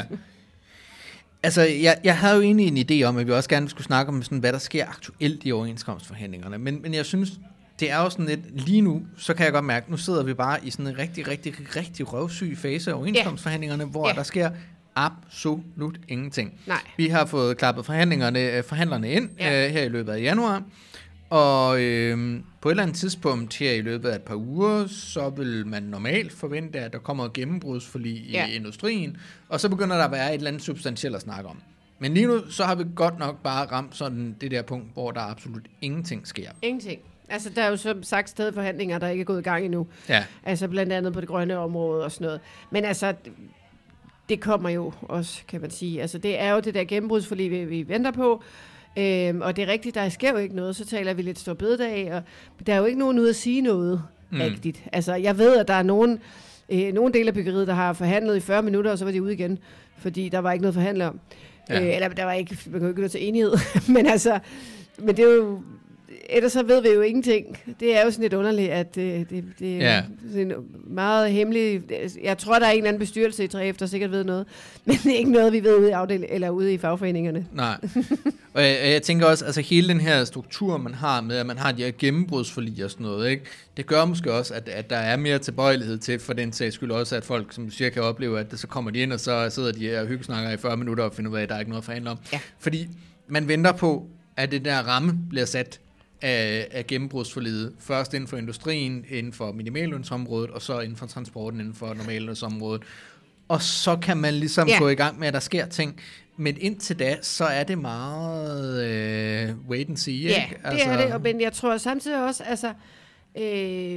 Altså, jeg, jeg havde jo egentlig en idé om, at vi også gerne skulle snakke om, sådan, hvad der sker aktuelt i overenskomstforhandlingerne. Men, men jeg synes, det er jo sådan lidt, lige nu, så kan jeg godt mærke, nu sidder vi bare i sådan en rigtig, rigtig, rigtig røvsyg fase af overenskomstforhandlingerne, hvor yeah. der sker absolut ingenting.
Nej.
Vi har fået klappet forhandlingerne, forhandlerne ind yeah. øh, her i løbet af januar, og øh, på et eller andet tidspunkt her i løbet af et par uger, så vil man normalt forvente, at der kommer et gennembrudsforlig yeah. i industrien, og så begynder der at være et eller andet substantielt at snakke om. Men lige nu, så har vi godt nok bare ramt sådan det der punkt, hvor der absolut ingenting sker.
Ingenting. Altså, der er jo som sagt stadig forhandlinger, der ikke er gået i gang endnu.
Ja.
Altså, blandt andet på det grønne område og sådan noget. Men altså, det kommer jo også, kan man sige. Altså, det er jo det der gennembrudsforlig, vi, vi venter på. Øhm, og det er rigtigt, der sker jo ikke noget. Så taler vi lidt stor bededag, og der er jo ikke nogen ude at sige noget mm. rigtigt. Altså, jeg ved, at der er nogen, øh, nogen dele af byggeriet, der har forhandlet i fyrre minutter, og så var de ude igen, fordi der var ikke noget at forhandle om. Ja. Øh, eller der var ikke, man kan jo ikke nå til enighed. men altså, men det er jo... Ellers så ved vi jo ingenting. Det er jo sådan lidt underligt, at det, det, det
ja.
er sådan meget hemmeligt. Jeg tror, der er en eller anden bestyrelse i tre F, der sikkert ved noget. Men det er ikke noget, vi ved ude i, afdel- eller ude i fagforeningerne.
Nej. Og jeg, jeg tænker også, altså hele den her struktur, man har med, at man har de her gennembrudsforlig og sådan noget, ikke? Det gør måske også, at, at der er mere tilbøjelighed til, for den sags skyld også, at folk, som du siger, kan opleve, at så kommer de ind, og så sidder de her hyggesnakker i fyrre minutter og finder ud af, at der er ikke noget at forhandle om.
Ja.
Fordi man venter på, at det der ramme bliver sat af, af gennembrudsforliget. Først inden for industrien, inden for minimallønsområdet, og så inden for transporten, inden for normallønsområdet. Og så kan man ligesom yeah. gå i gang med, at der sker ting. Men indtil da, så er det meget øh, wait and see, ikke?
Ja, det altså, er det. Men jeg tror samtidig også, altså... Øh,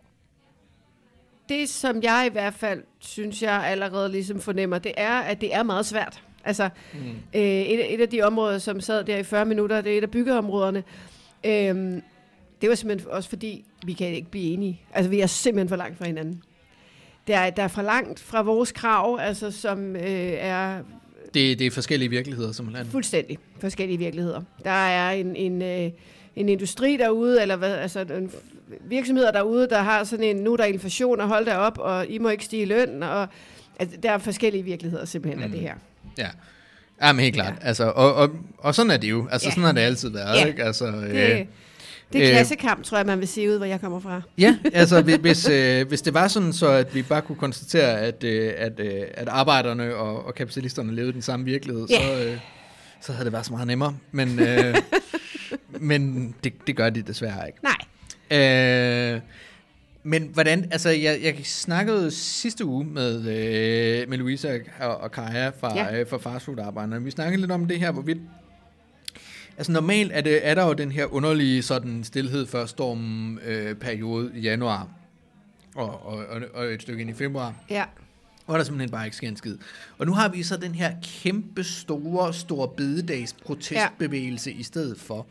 det, som jeg i hvert fald synes, jeg allerede ligesom fornemmer, det er, at det er meget svært. Altså, mm. øh, et, et af de områder, som sad der i fyrre minutter, det er et af byggeområderne. Øhm, det var simpelthen også fordi, vi kan ikke blive enige. Altså, vi er simpelthen for langt fra hinanden. Der er, der er for langt fra vores krav, altså, som øh, er...
Det, det er forskellige virkeligheder, simpelthen.
Fuldstændig forskellige virkeligheder. Der er en, en, øh, en industri derude, eller hvad, altså en virksomheder derude, der har sådan en, nu er der inflation, og hold da op, og I må ikke stige løn, og altså, der er forskellige virkeligheder simpelthen mm. af det her.
Ja. Ja, men helt klart. Ja. Altså, og, og, og sådan er det jo. Altså, ja. Sådan har det altid været. Ja. Ikke? Altså,
det, øh, det er klassekamp, øh, tror jeg, man vil sige ud, hvor jeg kommer fra.
Ja, altså hvis, øh, hvis det var sådan, så at vi bare kunne konstatere, at, øh, at, øh, at arbejderne og, og kapitalisterne levede den samme virkelighed, ja. så, øh, så havde det været så meget nemmere. Men, øh, men det, det gør de desværre ikke.
Nej.
Øh, men hvordan, altså jeg, jeg snakkede sidste uge med, øh, med Louisa og, og Kaja fra, ja. øh, fra fastfood-arbejderne. Vi snakkede lidt om det her, hvorvidt, altså normalt er, det, er der jo den her underlige sådan stillhed før stormen øh, periode i januar og, og, og, og et stykke ind i februar.
Ja.
Og der simpelthen bare ikke sker en skid. Og nu har vi så den her kæmpe store, store bededags protestbevægelse ja. i stedet for.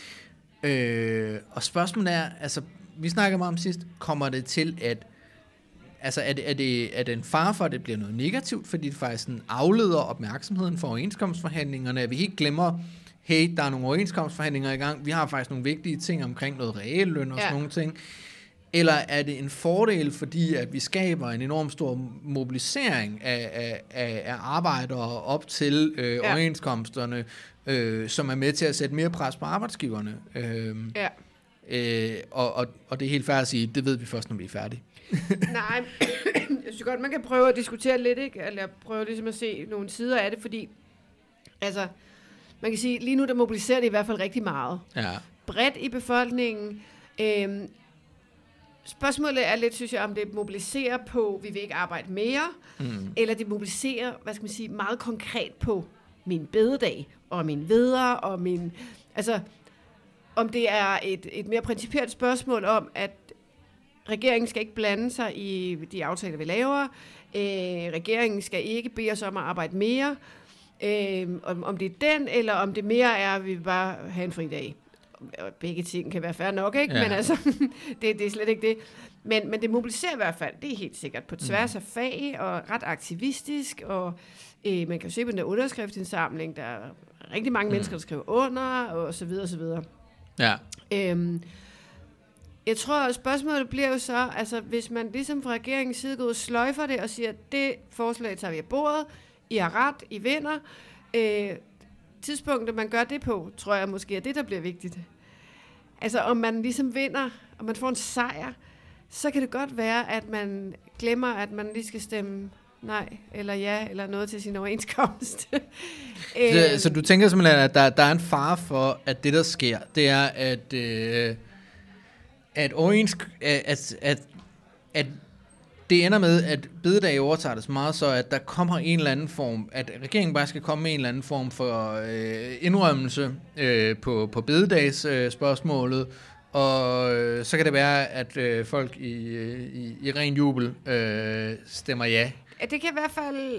Øh, og spørgsmålet er, altså, vi snakker meget om sidst, kommer det til at, altså, er det, er det, er det en fare for, at det bliver noget negativt, fordi det faktisk sådan afleder opmærksomheden for overenskomstforhandlingerne, at vi ikke glemmer, hey, der er nogle overenskomstforhandlinger i gang, vi har faktisk nogle vigtige ting omkring noget realløn og ja. sådan nogle ting. Eller er det en fordel, fordi at vi skaber en enorm stor mobilisering af, af, af, af arbejdere op til øh, ja. overenskomsterne, øh, som er med til at sætte mere pres på arbejdsgiverne? Øh,
ja.
øh, og, og, og det er helt fair at sige, det ved vi først, når vi er færdige.
Nej, jeg synes godt, man kan prøve at diskutere lidt, ikke? Eller prøve ligesom at se nogle sider af det, fordi altså, man kan sige, lige nu der mobiliserer det i hvert fald rigtig meget.
Ja.
Bredt i befolkningen. Øh, Spørgsmålet er lidt, synes jeg, om det mobiliserer på, vi vil ikke arbejde mere, mm. eller det mobiliserer, hvad skal man sige, meget konkret på min bededag, og min veder, og min, altså, om det er et, et mere principielt spørgsmål om, at regeringen skal ikke blande sig i de aftaler, vi laver, øh, regeringen skal ikke bede os om at arbejde mere, øh, om, om det er den, eller om det mere er, at vi vil bare have en fri dag. Begge ting kan være fair nok, ikke? Ja. Men altså, det, det er slet ikke det. Men, men det mobiliserer i hvert fald, det er helt sikkert, på tværs mm. af fag, og ret aktivistisk, og øh, man kan jo se på den der underskriftsindsamling, der er rigtig mange mm. mennesker, der skriver under, og så videre, og så videre.
Ja.
Øhm, jeg tror, at spørgsmålet bliver jo så, altså hvis man ligesom fra regeringens side går ud og sløjfer det, og siger, at det forslag tager vi af bordet, I har ret, I vinder, øh, tidspunktet, man gør det på, tror jeg måske er det, der bliver vigtigt. Altså, om man ligesom vinder, og man får en sejr, så kan det godt være, at man glemmer, at man lige skal stemme nej, eller ja, eller noget til sin overenskomst.
så, så du tænker simpelthen, at der, der er en fare for, at det, der sker, det er, at, øh, at, overensk- at, at, at det ender med, at bededag overtager det så meget, så at der kommer en eller anden form, at regeringen bare skal komme med en eller anden form for øh, indrømmelse øh, på, på bededags øh, spørgsmålet, og øh, så kan det være, at øh, folk i, i, i ren jubel øh, stemmer ja.
Ja, det kan i hvert fald,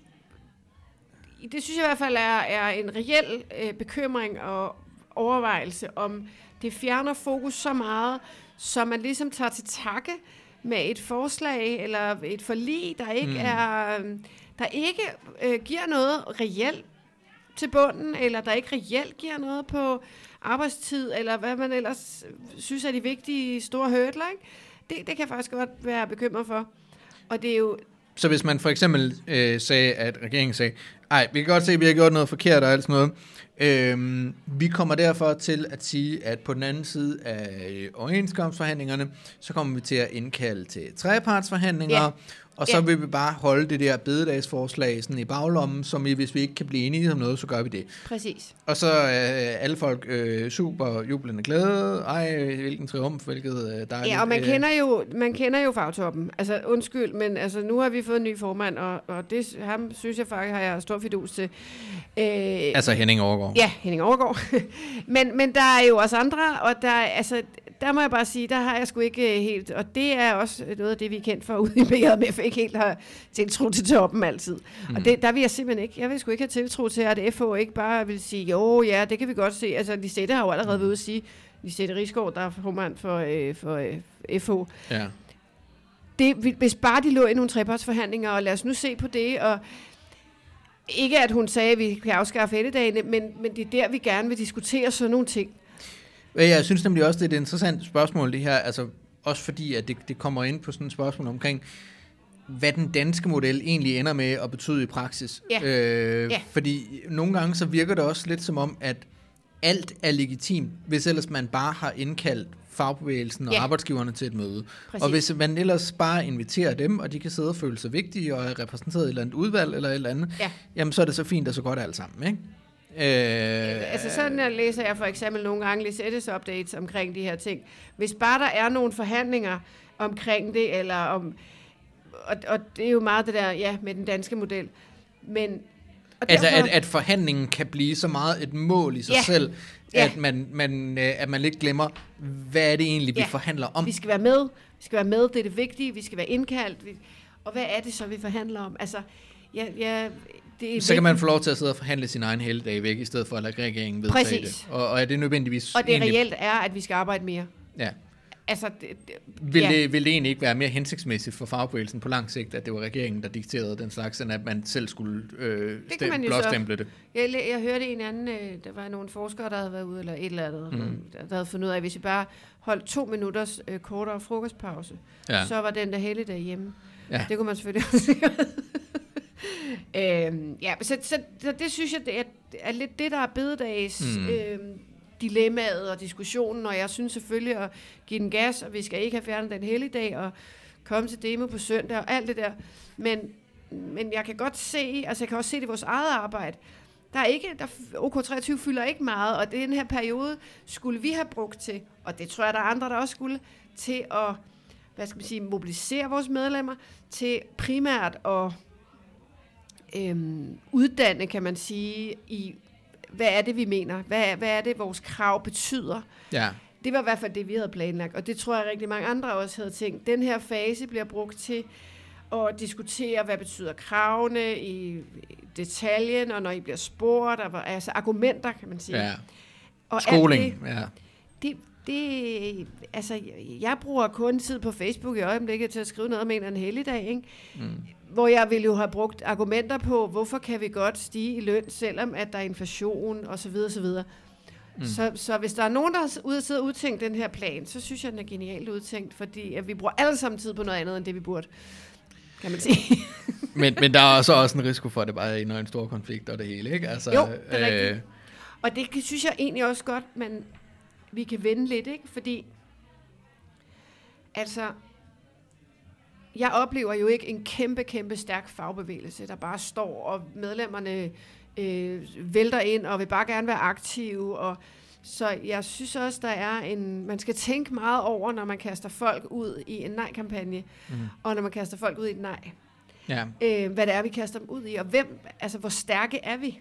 det synes jeg i hvert fald er, er en reel øh, bekymring og overvejelse, om det fjerner fokus så meget, så man ligesom tager til takke med et forslag eller et forlig, der ikke mm. er, der ikke øh, giver noget reelt til bunden, eller der ikke reelt giver noget på arbejdstid, eller hvad man ellers synes er de vigtige store hurdler, ikke? Det, det kan jeg faktisk godt være bekymret for. Og det er jo...
Så hvis man for eksempel øh, sagde, at regeringen sagde, ej, vi kan godt se, at vi har gjort noget forkert og alt sådan noget, Øhm, vi kommer derfor til at sige, at på den anden side af overenskomstforhandlingerne, så kommer vi til at indkalde til trepartsforhandlinger, ja. og så ja. vil vi bare holde det der bededagsforslag sådan i baglommen, som vi, hvis vi ikke kan blive enige om noget, så gør vi det.
Præcis.
Og så er øh, alle folk øh, super jublende glade. Ej, hvilken triumf, hvilket øh, dejligt.
Ja, og man kender jo, man kender jo fagtoppen. Altså, undskyld, men altså, nu har vi fået en ny formand, og, og det ham synes jeg faktisk, har jeg stor fidus til. Øh,
altså Henning Overgaard.
Ja, Henning Overgaard. men, men der er jo også andre, og der, altså, der må jeg bare sige, der har jeg sgu ikke helt, og det er også noget af det, vi er kendt for ude i B J M F, ikke helt har tiltro til toppen altid. Mm. Og det, der vil jeg simpelthen ikke, jeg vil sgu ikke have tiltro til, at F H ikke bare vil sige, jo, ja, det kan vi godt se. Altså, Lisette har jo allerede været ude at sige, Lisette Risgaard, der er formand for, øh, for øh, F H.
Ja.
Det, hvis bare de lå i nogle trepartsforhandlinger, og lad os nu se på det, og ikke at hun sagde, at vi kan afskaffe helligdagene, men, men det er der, vi gerne vil diskutere sådan nogle ting.
Jeg synes nemlig også, det er et interessant spørgsmål, det her, altså også fordi, at det, det kommer ind på sådan et spørgsmål omkring, hvad den danske model egentlig ender med at betyde i praksis.
Ja.
Øh,
ja.
Fordi nogle gange så virker det også lidt som om, at alt er legitimt, hvis ellers man bare har indkaldt fagbevægelsen og ja. arbejdsgiverne til et møde. Præcis. Og hvis man ellers bare inviterer dem, og de kan sidde og føle sig vigtige og er repræsenteret i et eller andet udvalg eller et eller andet, ja. jamen så er det så fint og så godt alt sammen, ikke? Øh,
altså sådan jeg læser jeg for eksempel nogle gange Lisettes updates omkring de her ting. Hvis bare der er nogle forhandlinger omkring det, eller om, og, og det er jo meget det der, ja, med den danske model. Men, og
altså
derfor,
at, at forhandlingen kan blive så meget et mål i sig
ja,
selv,
ja.
at, man, man, at man lidt glemmer, hvad er det egentlig, vi
ja.
forhandler om.
Vi skal være med, vi skal være med, det er det vigtige, vi skal være indkaldt. Vi, og hvad er det så, vi forhandler om? Altså, ja, ja, det er
så kan man få lov til at sidde og forhandle sin egen helligdag væk, i stedet for at lade regeringen vedtage
Præcis.
det. Og, og er det nødvendigvis...
Og det
egentlig,
reelt er, at vi skal arbejde mere.
Ja.
Altså, det, det,
Vil,
ja.
det, vil det egentlig ikke være mere hensigtsmæssigt for fagbevægelsen på lang sigt, at det var regeringen, der dikterede den slags, end at man selv skulle øh, stem, blåstemple det?
Jeg, jeg hørte en anden, øh, der var nogle forskere, der havde været ude, eller et eller andet, mm. der, der havde fundet ud af, at hvis vi bare holdt to minutters øh, kortere frokostpause, ja. så var den der helligdag hjemme. Ja. Det kunne man selvfølgelig også øhm, ja, så, så, så det synes jeg, det er, er lidt det, der er bededags mm. øhm, dilemmaet og diskussionen, og jeg synes selvfølgelig at give den gas, og vi skal ikke have fjernet den helligdag, og komme til demo på søndag, og alt det der. Men, men jeg kan godt se, altså jeg kan også se det i vores eget arbejde, der er ikke, der, O K treogtyve fylder ikke meget, og den her periode skulle vi have brugt til, og det tror jeg, der er andre, der også skulle, til at, hvad skal man sige, mobilisere vores medlemmer, til primært at øhm, uddanne, kan man sige, i hvad er det, vi mener? Hvad, hvad er det, vores krav betyder?
Ja.
Det var i hvert fald det, vi havde planlagt, og det tror jeg rigtig mange andre også havde tænkt. Den her fase bliver brugt til at diskutere, hvad betyder kravene i detaljen, og når I bliver spurgt, og, altså argumenter, kan man sige.
Ja.
Og
skoling,
det,
ja.
Det, det, altså, jeg bruger kun tid på Facebook i øjeblikket til at skrive noget om en eller anden helligdag, ikke? Mm. Hvor jeg ville jo have brugt argumenter på, hvorfor kan vi godt stige i løn, selvom at der er inflation, og så videre, så videre. Mm. Så, så hvis der er nogen, der har ud og sidde og udtænkt den her plan, så synes jeg, den er genialt udtænkt, fordi at vi bruger alle sammen tid på noget andet, end det vi burde, kan man sige.
men, men der er så også en risiko for, at det bare ender en stor konflikt og det hele, ikke? Altså,
jo, det er
øh,
rigtigt. Og det synes jeg egentlig også godt, men vi kan vende lidt, ikke? Fordi, altså, jeg oplever jo ikke en kæmpe, kæmpe stærk fagbevægelse, der bare står, og medlemmerne øh, vælter ind, og vil bare gerne være aktive, og så jeg synes også, der er en, man skal tænke meget over, når man kaster folk ud i en nej-kampagne, mm. og når man kaster folk ud i et nej.
Ja.
Øh, hvad det er, vi kaster dem ud i, og hvem, altså hvor stærke er vi?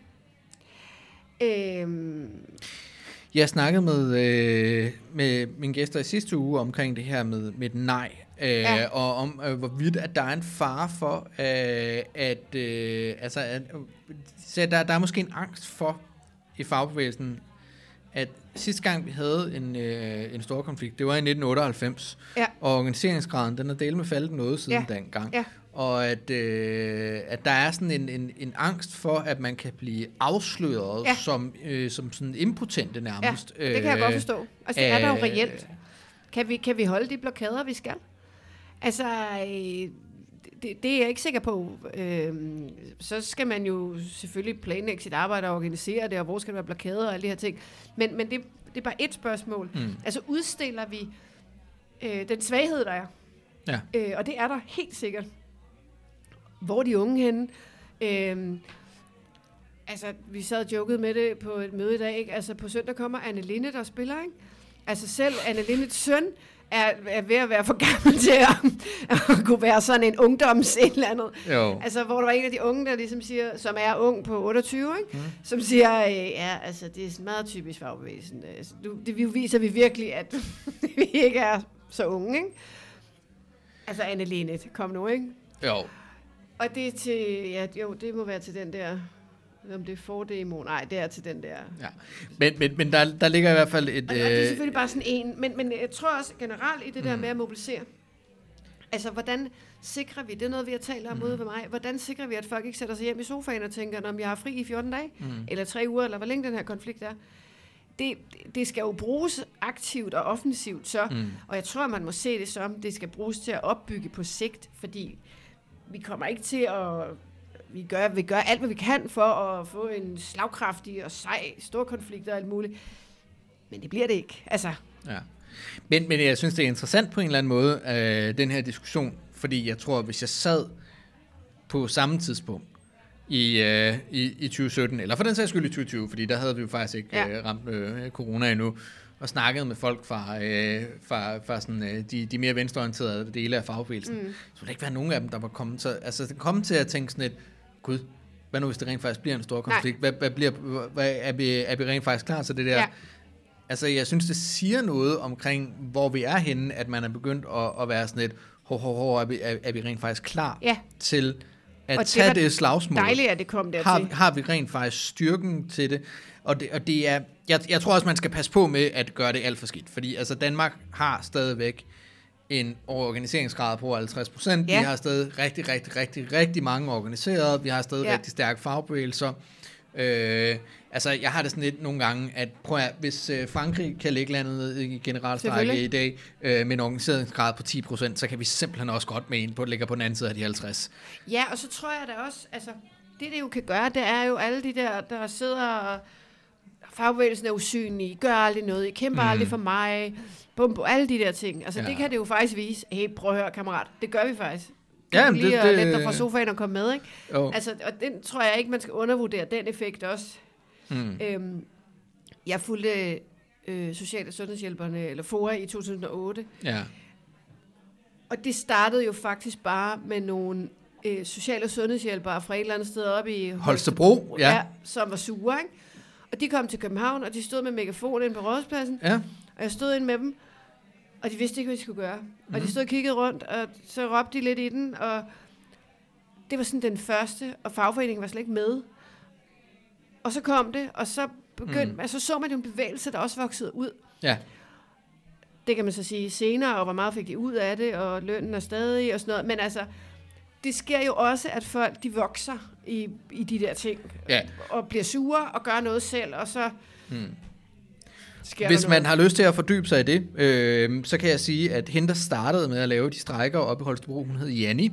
Øh,
Jeg snakkede med, øh, med mine gæster i sidste uge omkring det her med, med et nej, øh, ja. og om øh, hvorvidt at der er en fare for, øh, at, øh, altså, at så der, der er måske en angst for i fagbevægelsen, at sidste gang vi havde en, øh, en stor konflikt, det var i nitten otteoghalvfems, ja. og organiseringsgraden, den er delt med faldet noget siden ja. dengang. Ja. Og at, øh, at der er sådan en, en, en angst for, at man kan blive afsløret ja. som, øh, som sådan impotente nærmest.
Ja, det kan jeg godt forstå. Altså, det er der jo reelt. Kan vi, kan vi holde de blokader, vi skal? Altså, det, det er jeg ikke sikker på. Øhm, så skal man jo selvfølgelig planlægge sit arbejde og organisere det, og hvor skal der være blokader og alle de her ting. Men, men det, det er bare et spørgsmål. Mm. Altså, udstiller vi øh, den svaghed, der er? Ja. Øh, og det er der helt sikkert. Hvor er de unge henne? Øhm, altså, vi sad og jokede med det på et møde i dag, ikke? Altså, på søndag kommer Anne Linde, der spiller, ikke? Altså, selv Anne Lindes søn er, er ved at være for gammel til at, at kunne være sådan en ungdoms et eller andet. Jo. Altså, hvor der var en af de unge, der ligesom siger, som er ung på otteogtyve, ikke? Mm. Som siger, øh, ja, altså, det er meget typisk fagbevægelsen. Altså, det viser vi virkelig, at vi ikke er så unge, ikke? Altså, Anne Linde, kom nu, ikke?
Jo.
Og det er til, ja, jo, det må være til den der, om det er fordemo, nej, det er til den der.
Ja, men, men, men der, der ligger i hvert fald et...
Og, og det er selvfølgelig bare sådan en, men, men jeg tror også generelt i det der mm. med at mobilisere, altså hvordan sikrer vi, det er noget vi har talt om mm. ude ved mig, hvordan sikrer vi, at folk ikke sætter sig hjem i sofaen og tænker, om jeg har fri i fjorten dage, mm. eller tre uger, eller hvor længe den her konflikt er. Det, det skal jo bruges aktivt og offensivt så, mm. og jeg tror, man må se det som, det skal bruges til at opbygge på sigt, fordi vi kommer ikke til at... Vi gør, vi gør alt, hvad vi kan for at få en slagkraftig og sej storkonflikt og alt muligt. Men det bliver det ikke. Altså.
Ja. Men, men jeg synes, det er interessant på en eller anden måde, øh, den her diskussion. Fordi jeg tror, hvis jeg sad på samme tidspunkt, i, øh, i, i tyve sytten, eller for den sags skyld i tyve tyve, fordi der havde vi jo faktisk ikke ja. øh, ramt øh, corona endnu, og snakket med folk fra, øh, fra, fra sådan, øh, de, de mere venstreorienterede dele af fagbevægelsen. Mm. Så ville der ikke være nogen af dem, der var kommet til, altså, kommet til at tænke sådan lidt, gud, hvad nu hvis det rent faktisk bliver en stor konflikt? Hvad, hvad bliver, hvad, er, vi, er vi rent faktisk klar til det der? Ja. Altså, jeg synes, det siger noget omkring, hvor vi er henne, at man er begyndt at, at være sådan lidt, hov, hov, hov, er vi, er, er vi rent faktisk klar ja. til at og tage det, det slagsmål?
Dejligt, at det kom dertil.
Har, har vi rent faktisk styrken til det? Og det, og det er, jeg, jeg tror også, man skal passe på med at gøre det alt for skidt, fordi altså, Danmark har stadigvæk en organiseringsgrad på halvtreds procent. Ja. Vi har stadig rigtig, rigtig, rigtig, rigtig mange organiserede. Vi har stadig ja. rigtig stærke fagbevægelser. Øh, altså, jeg har det sådan lidt nogle gange, at prøv at, hvis øh, Frankrig kan lægge landet i generalstrække i dag øh, med en organiseringsgrad på ti procent, så kan vi simpelthen også godt med en på, ligger på den anden side af de halvtreds.
Ja, og så tror jeg da også, altså, det det jo kan gøre, det er jo alle de der, der sidder og fagbevægelsen er usynlige, gør aldrig noget, I kæmper mm. aldrig for mig, bum, bum, alle de der ting. Altså, ja. det kan det jo faktisk vise. Hey, prøv at høre, kammerat, det gør vi faktisk. Kan ja, du lige det, at lette dig fra sofaen og komme med, ikke? Oh. Altså, og den tror jeg ikke, man skal undervurdere, den effekt også. Mm. Øhm, jeg fulgte øh, social- og sundhedshjælperne, eller F O A, i to tusind og otte. Ja. Og det startede jo faktisk bare med nogle øh, social- og sundhedshjælpere fra et eller andet sted oppe i
Holstebro, ja.
ja, som var sure, ikke? Og de kom til København, og de stod med megafon inde på Rådhuspladsen. Ja. Og jeg stod ind med dem, og de vidste ikke, hvad de skulle gøre. Mm. Og de stod og kiggede rundt, og så råbte de lidt i den, og det var sådan den første, og fagforeningen var slet ikke med. Og så kom det, og så begyndte, mm. altså så man jo en bevægelse, der også voksede ud. Ja. Det kan man så sige senere, og hvor meget fik de ud af det, og lønnen er stadig, og sådan noget. Men altså, det sker jo også, at folk, de vokser i, i de der ting, ja. og bliver sure, og gør noget selv, og så... Mm.
Hvis man har lyst til at fordybe sig i det, øh, så kan jeg sige, at hende, der startede med at lave de strejker oppe i Holstebro, hun hed Janni.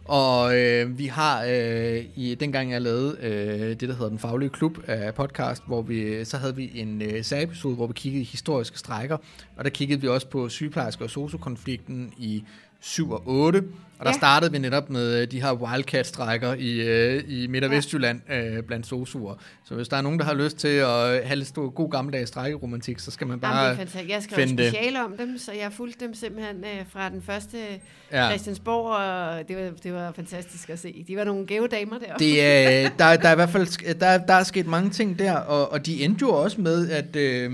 Og øh, vi har, øh, i dengang jeg lavede øh, det, der hedder Den Faglige Klub af podcast, hvor vi, så havde vi en øh, særlig-episode, hvor vi kiggede i historiske strejker. Og der kiggede vi også på sygeplejersker og sosu-konflikten i syv og otte. Og der ja. startede vi netop med de her wildcat-strækker i, øh, i Midt- og Vestjylland øh, blandt sosuer. Så hvis der er nogen, der har lyst til at have lidt stor, god gammeldags strækkeromantik, så skal man bare
Jamen, det er fantastisk. Jeg skrev speciale om dem, så jeg fulgte dem simpelthen øh, fra den første ja. Christiansborg, og det var, det var fantastisk at se. De var nogle gave damer der.
Det er, der, der er i hvert fald der, der er sket mange ting der, og, og de endte jo også med at, øh,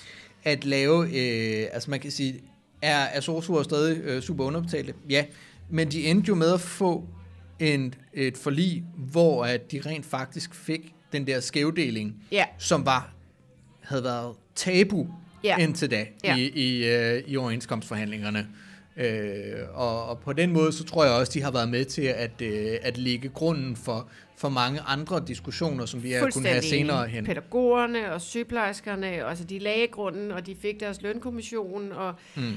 at lave, øh, altså man kan sige, er, er sosuer stadig øh, super underbetalte? Ja. Men de endte jo med at få en, et forlig, hvor at de rent faktisk fik den der skævdeling, yeah. som var, havde været tabu yeah. indtil da yeah. i, i, uh, i overenskomstforhandlingerne. Uh, og, og på den måde, så tror jeg også, de har været med til at, uh, at lægge grunden for, for mange andre diskussioner, som vi har kunnet have senere hen.
Pædagogerne og sygeplejerskerne, altså de lagde grunden, og de fik deres lønkommission, og mm.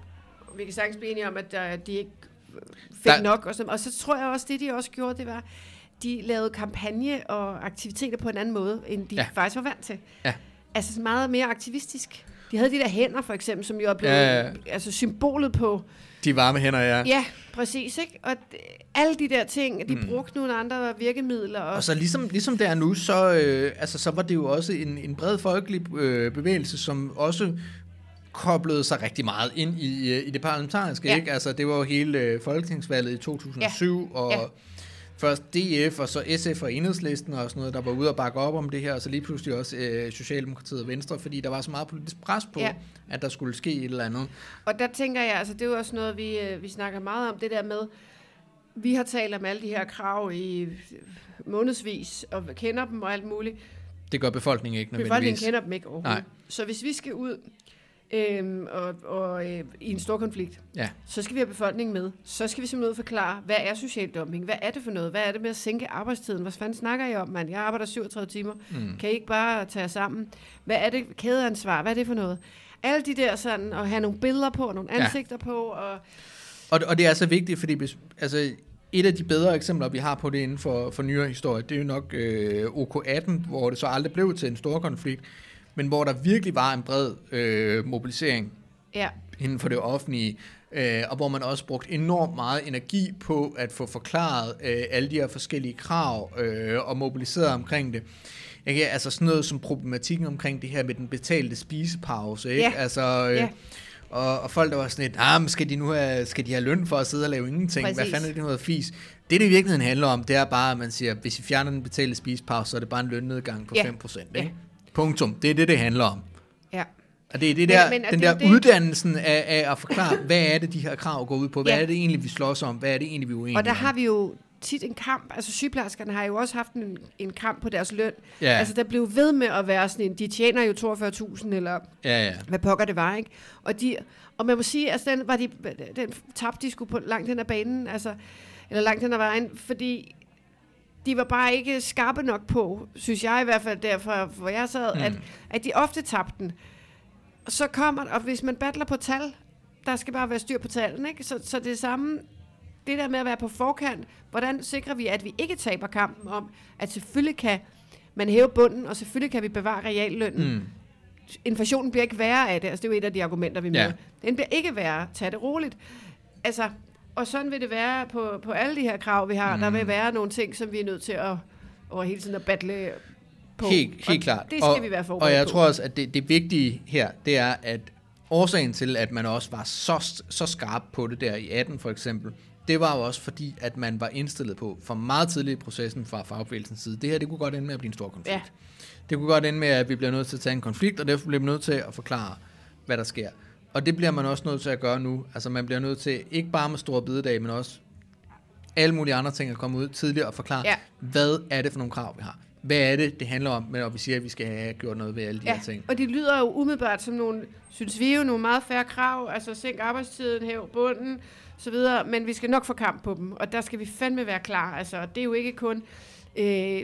vi kan sagtens blive enige om, at der, de ikke fik der, nok. Og så, og så tror jeg også, det de også gjorde, det var, de lavede kampagne og aktiviteter på en anden måde, end de ja. faktisk var vant til. Ja. Altså meget mere aktivistisk. De havde de der hænder, for eksempel, som jo er blevet ja, ja. altså symbolet på...
De varme hænder, ja.
Ja, præcis, ikke? Og d- alle de der ting, de mm. brugte nogle andre virkemidler. Og,
og så ligesom, ligesom det er nu, så, øh, altså, så var det jo også en, en bred folkelig øh, bevægelse, som også koblede sig rigtig meget ind i, i det parlamentariske, ja. ikke? Altså, det var jo hele øh, folketingsvalget i to tusind og syv, ja. og ja. først D F, og så S F og Enhedslisten og sådan noget, der var ude og bakke op om det her, og så lige pludselig også øh, Socialdemokratiet og Venstre, fordi der var så meget politisk pres på, ja. at der skulle ske et eller andet.
Og der tænker jeg, altså det er jo også noget, vi, øh, vi snakker meget om, det der med, vi har talt om alle de her krav i månedsvis, og kender dem og alt muligt.
Det gør befolkningen ikke nødvendigvis.
Befolkningen kender dem ikke overhovedet. Nej. Så hvis vi skal ud Øhm, og, og øh, i en stor konflikt, ja. så skal vi have befolkningen med. Så skal vi simpelthen ud og forklare, hvad er social dumping? Hvad er det for noget? Hvad er det med at sænke arbejdstiden? Hvad fanden snakker I om, mand? Jeg arbejder syvogtredive timer. Mm. Kan I ikke bare tage jer sammen? Hvad er det? Kædeansvar? Hvad er det for noget? Alle de der sådan, og have nogle billeder på, nogle ansigter ja. på. Og,
og, og det er så vigtigt, fordi altså, et af de bedre eksempler, vi har på det inden for, for nyere historie, det er jo nok øh, O K atten, hvor det så aldrig blev til en stor konflikt, men hvor der virkelig var en bred øh, mobilisering ja. inden for det offentlige, øh, og hvor man også brugt enormt meget energi på at få forklaret øh, alle de her forskellige krav øh, og mobiliseret omkring det. Ikke? Altså sådan noget som problematikken omkring det her med den betalte spisepause, ikke?
Ja.
Altså, øh,
Ja.
og, og folk der var sådan lidt, ah, men skal de nu have, skal de have løn for at sidde og lave ingenting?
Præcis.
Hvad fanden er det noget fis? Det, det i virkeligheden handler om, det er bare, at man siger, hvis I fjerner den betalte spisepause, så er det bare en lønnedgang på
Ja.
fem procent.
Ja.
Ikke? Punktum. Det er det, det handler om.
Ja.
Og det er det
Men-
der,
men er
den
det
der
jo det-
uddannelsen af, af at forklare, hvad er det, de her krav går ud på? Hvad
Ja.
er det egentlig, vi slås om? Hvad er det egentlig, vi er uenige
Og der
om?
har vi jo tit en kamp, altså sygeplejerskerne har jo også haft en, en kamp på deres løn.
Ja.
Altså der blev ved med at være sådan en, de tjener jo toogfyrre tusind, eller
Ja, ja.
hvad pokker det var, ikke? Og, de, og man må sige, altså den, var de, den tabte de skulle på langt hen ad banen, altså, eller langt hen ad vejen, fordi de var bare ikke skarpe nok på, synes jeg i hvert fald derfor, hvor jeg sad, mm. at, at de ofte tabte den. Så kommer, og hvis man battler på tal, der skal bare være styr på tallene, ikke? Så, så det samme, det der med at være på forkant, hvordan sikrer vi, at vi ikke taber kampen om, at selvfølgelig kan man hæve bunden, og selvfølgelig kan vi bevare reallønnen. Mm. Inflationen bliver ikke værre af det, altså det er jo et af de argumenter, vi
Ja.
med. Den bliver ikke værre, tag det roligt. Altså, og sådan vil det være på, på alle de her krav, vi har. Mm. Der vil være nogle ting, som vi er nødt til at over hele tiden at battle på.
Helt, helt
og
klart.
det skal
og,
vi være forberedt
Og jeg
på.
tror også, at det, det vigtige her, det er, at årsagen til, at man også var så, så skarp på det der i atten for eksempel, det var jo også fordi, at man var indstillet på, for meget tidligt i processen fra fagbevægelsens side, det her, det kunne godt ende med at blive en stor konflikt.
Ja.
Det kunne godt ende med, at vi bliver nødt til at tage en konflikt, og derfor bliver vi nødt til at forklare, hvad der sker. Og det bliver man også nødt til at gøre nu. Altså man bliver nødt til, ikke bare med store bededag, men også alle mulige andre ting at komme ud tidligere og forklare,
Ja.
hvad er det for nogle krav, vi har. Hvad er det, det handler om, når vi siger, at vi skal have gjort noget ved alle de
Ja,
her ting.
og det lyder jo umiddelbart som nogle, synes vi jo, nogle meget færre krav, altså sænk arbejdstiden, hæv bunden, så videre, men vi skal nok få kamp på dem, og der skal vi fandme være klar. Altså, det er jo ikke kun øh,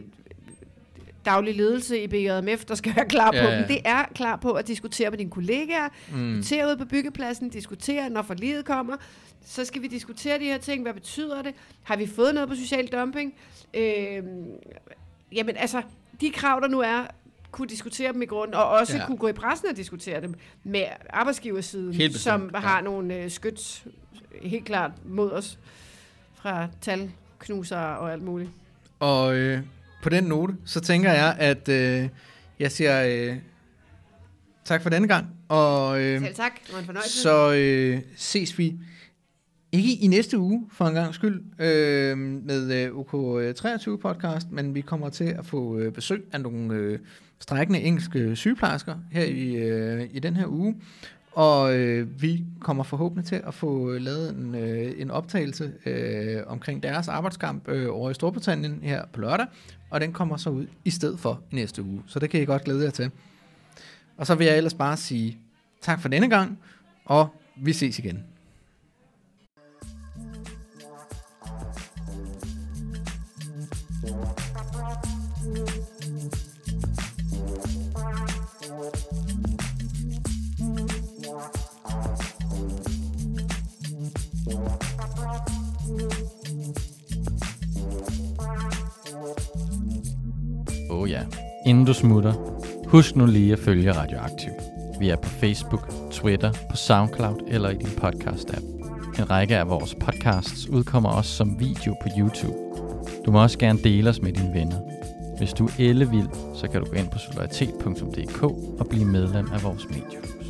daglig ledelse i B J M F, der skal være klar
Ja,
på
ja.
dem. Det er klar på at diskutere med dine kollegaer, mm. diskutere ude på byggepladsen, diskutere, når forliget kommer, så skal vi diskutere de her ting. Hvad betyder det? Har vi fået noget på social dumping? Øh, jamen, altså, de krav, der nu er, kunne diskutere dem i grunden, og også
Ja.
ja. kunne gå i pressen og diskutere dem med arbejdsgiversiden,
Helt bestemt,
som
ja.
har nogle øh, skyts helt klart mod os fra talknusere og alt muligt.
Og øh, på den note, så tænker jeg, at øh, jeg siger øh, tak for denne gang. Og øh,
Selv tak, det var en fornøjelse.
så øh, ses vi ikke i næste uge, for en gang skyld, øh, med øh, U K treogtyve podcast, men vi kommer til at få øh, besøg af nogle øh, strækkende engelske sygeplejersker her i, øh, i den her uge. Og øh, vi kommer forhåbentlig til at få lavet en, øh, en optagelse øh, omkring deres arbejdskamp øh, over i Storbritannien her på lørdag, og den kommer så ud i stedet for i næste uge. Så det kan I godt glæde jer til. Og så vil jeg ellers bare sige tak for denne gang, og vi ses igen.
Åh oh ja. Inden du smutter, husk nu lige at følge Radioaktiv. Vi er på Facebook, Twitter, på SoundCloud eller i din podcast-app. En række af vores podcasts udkommer også som video på YouTube. Du må også gerne dele os med dine venner. Hvis du er ellevild, så kan du gå ind på solidaritet punktum d k og blive medlem af vores medie.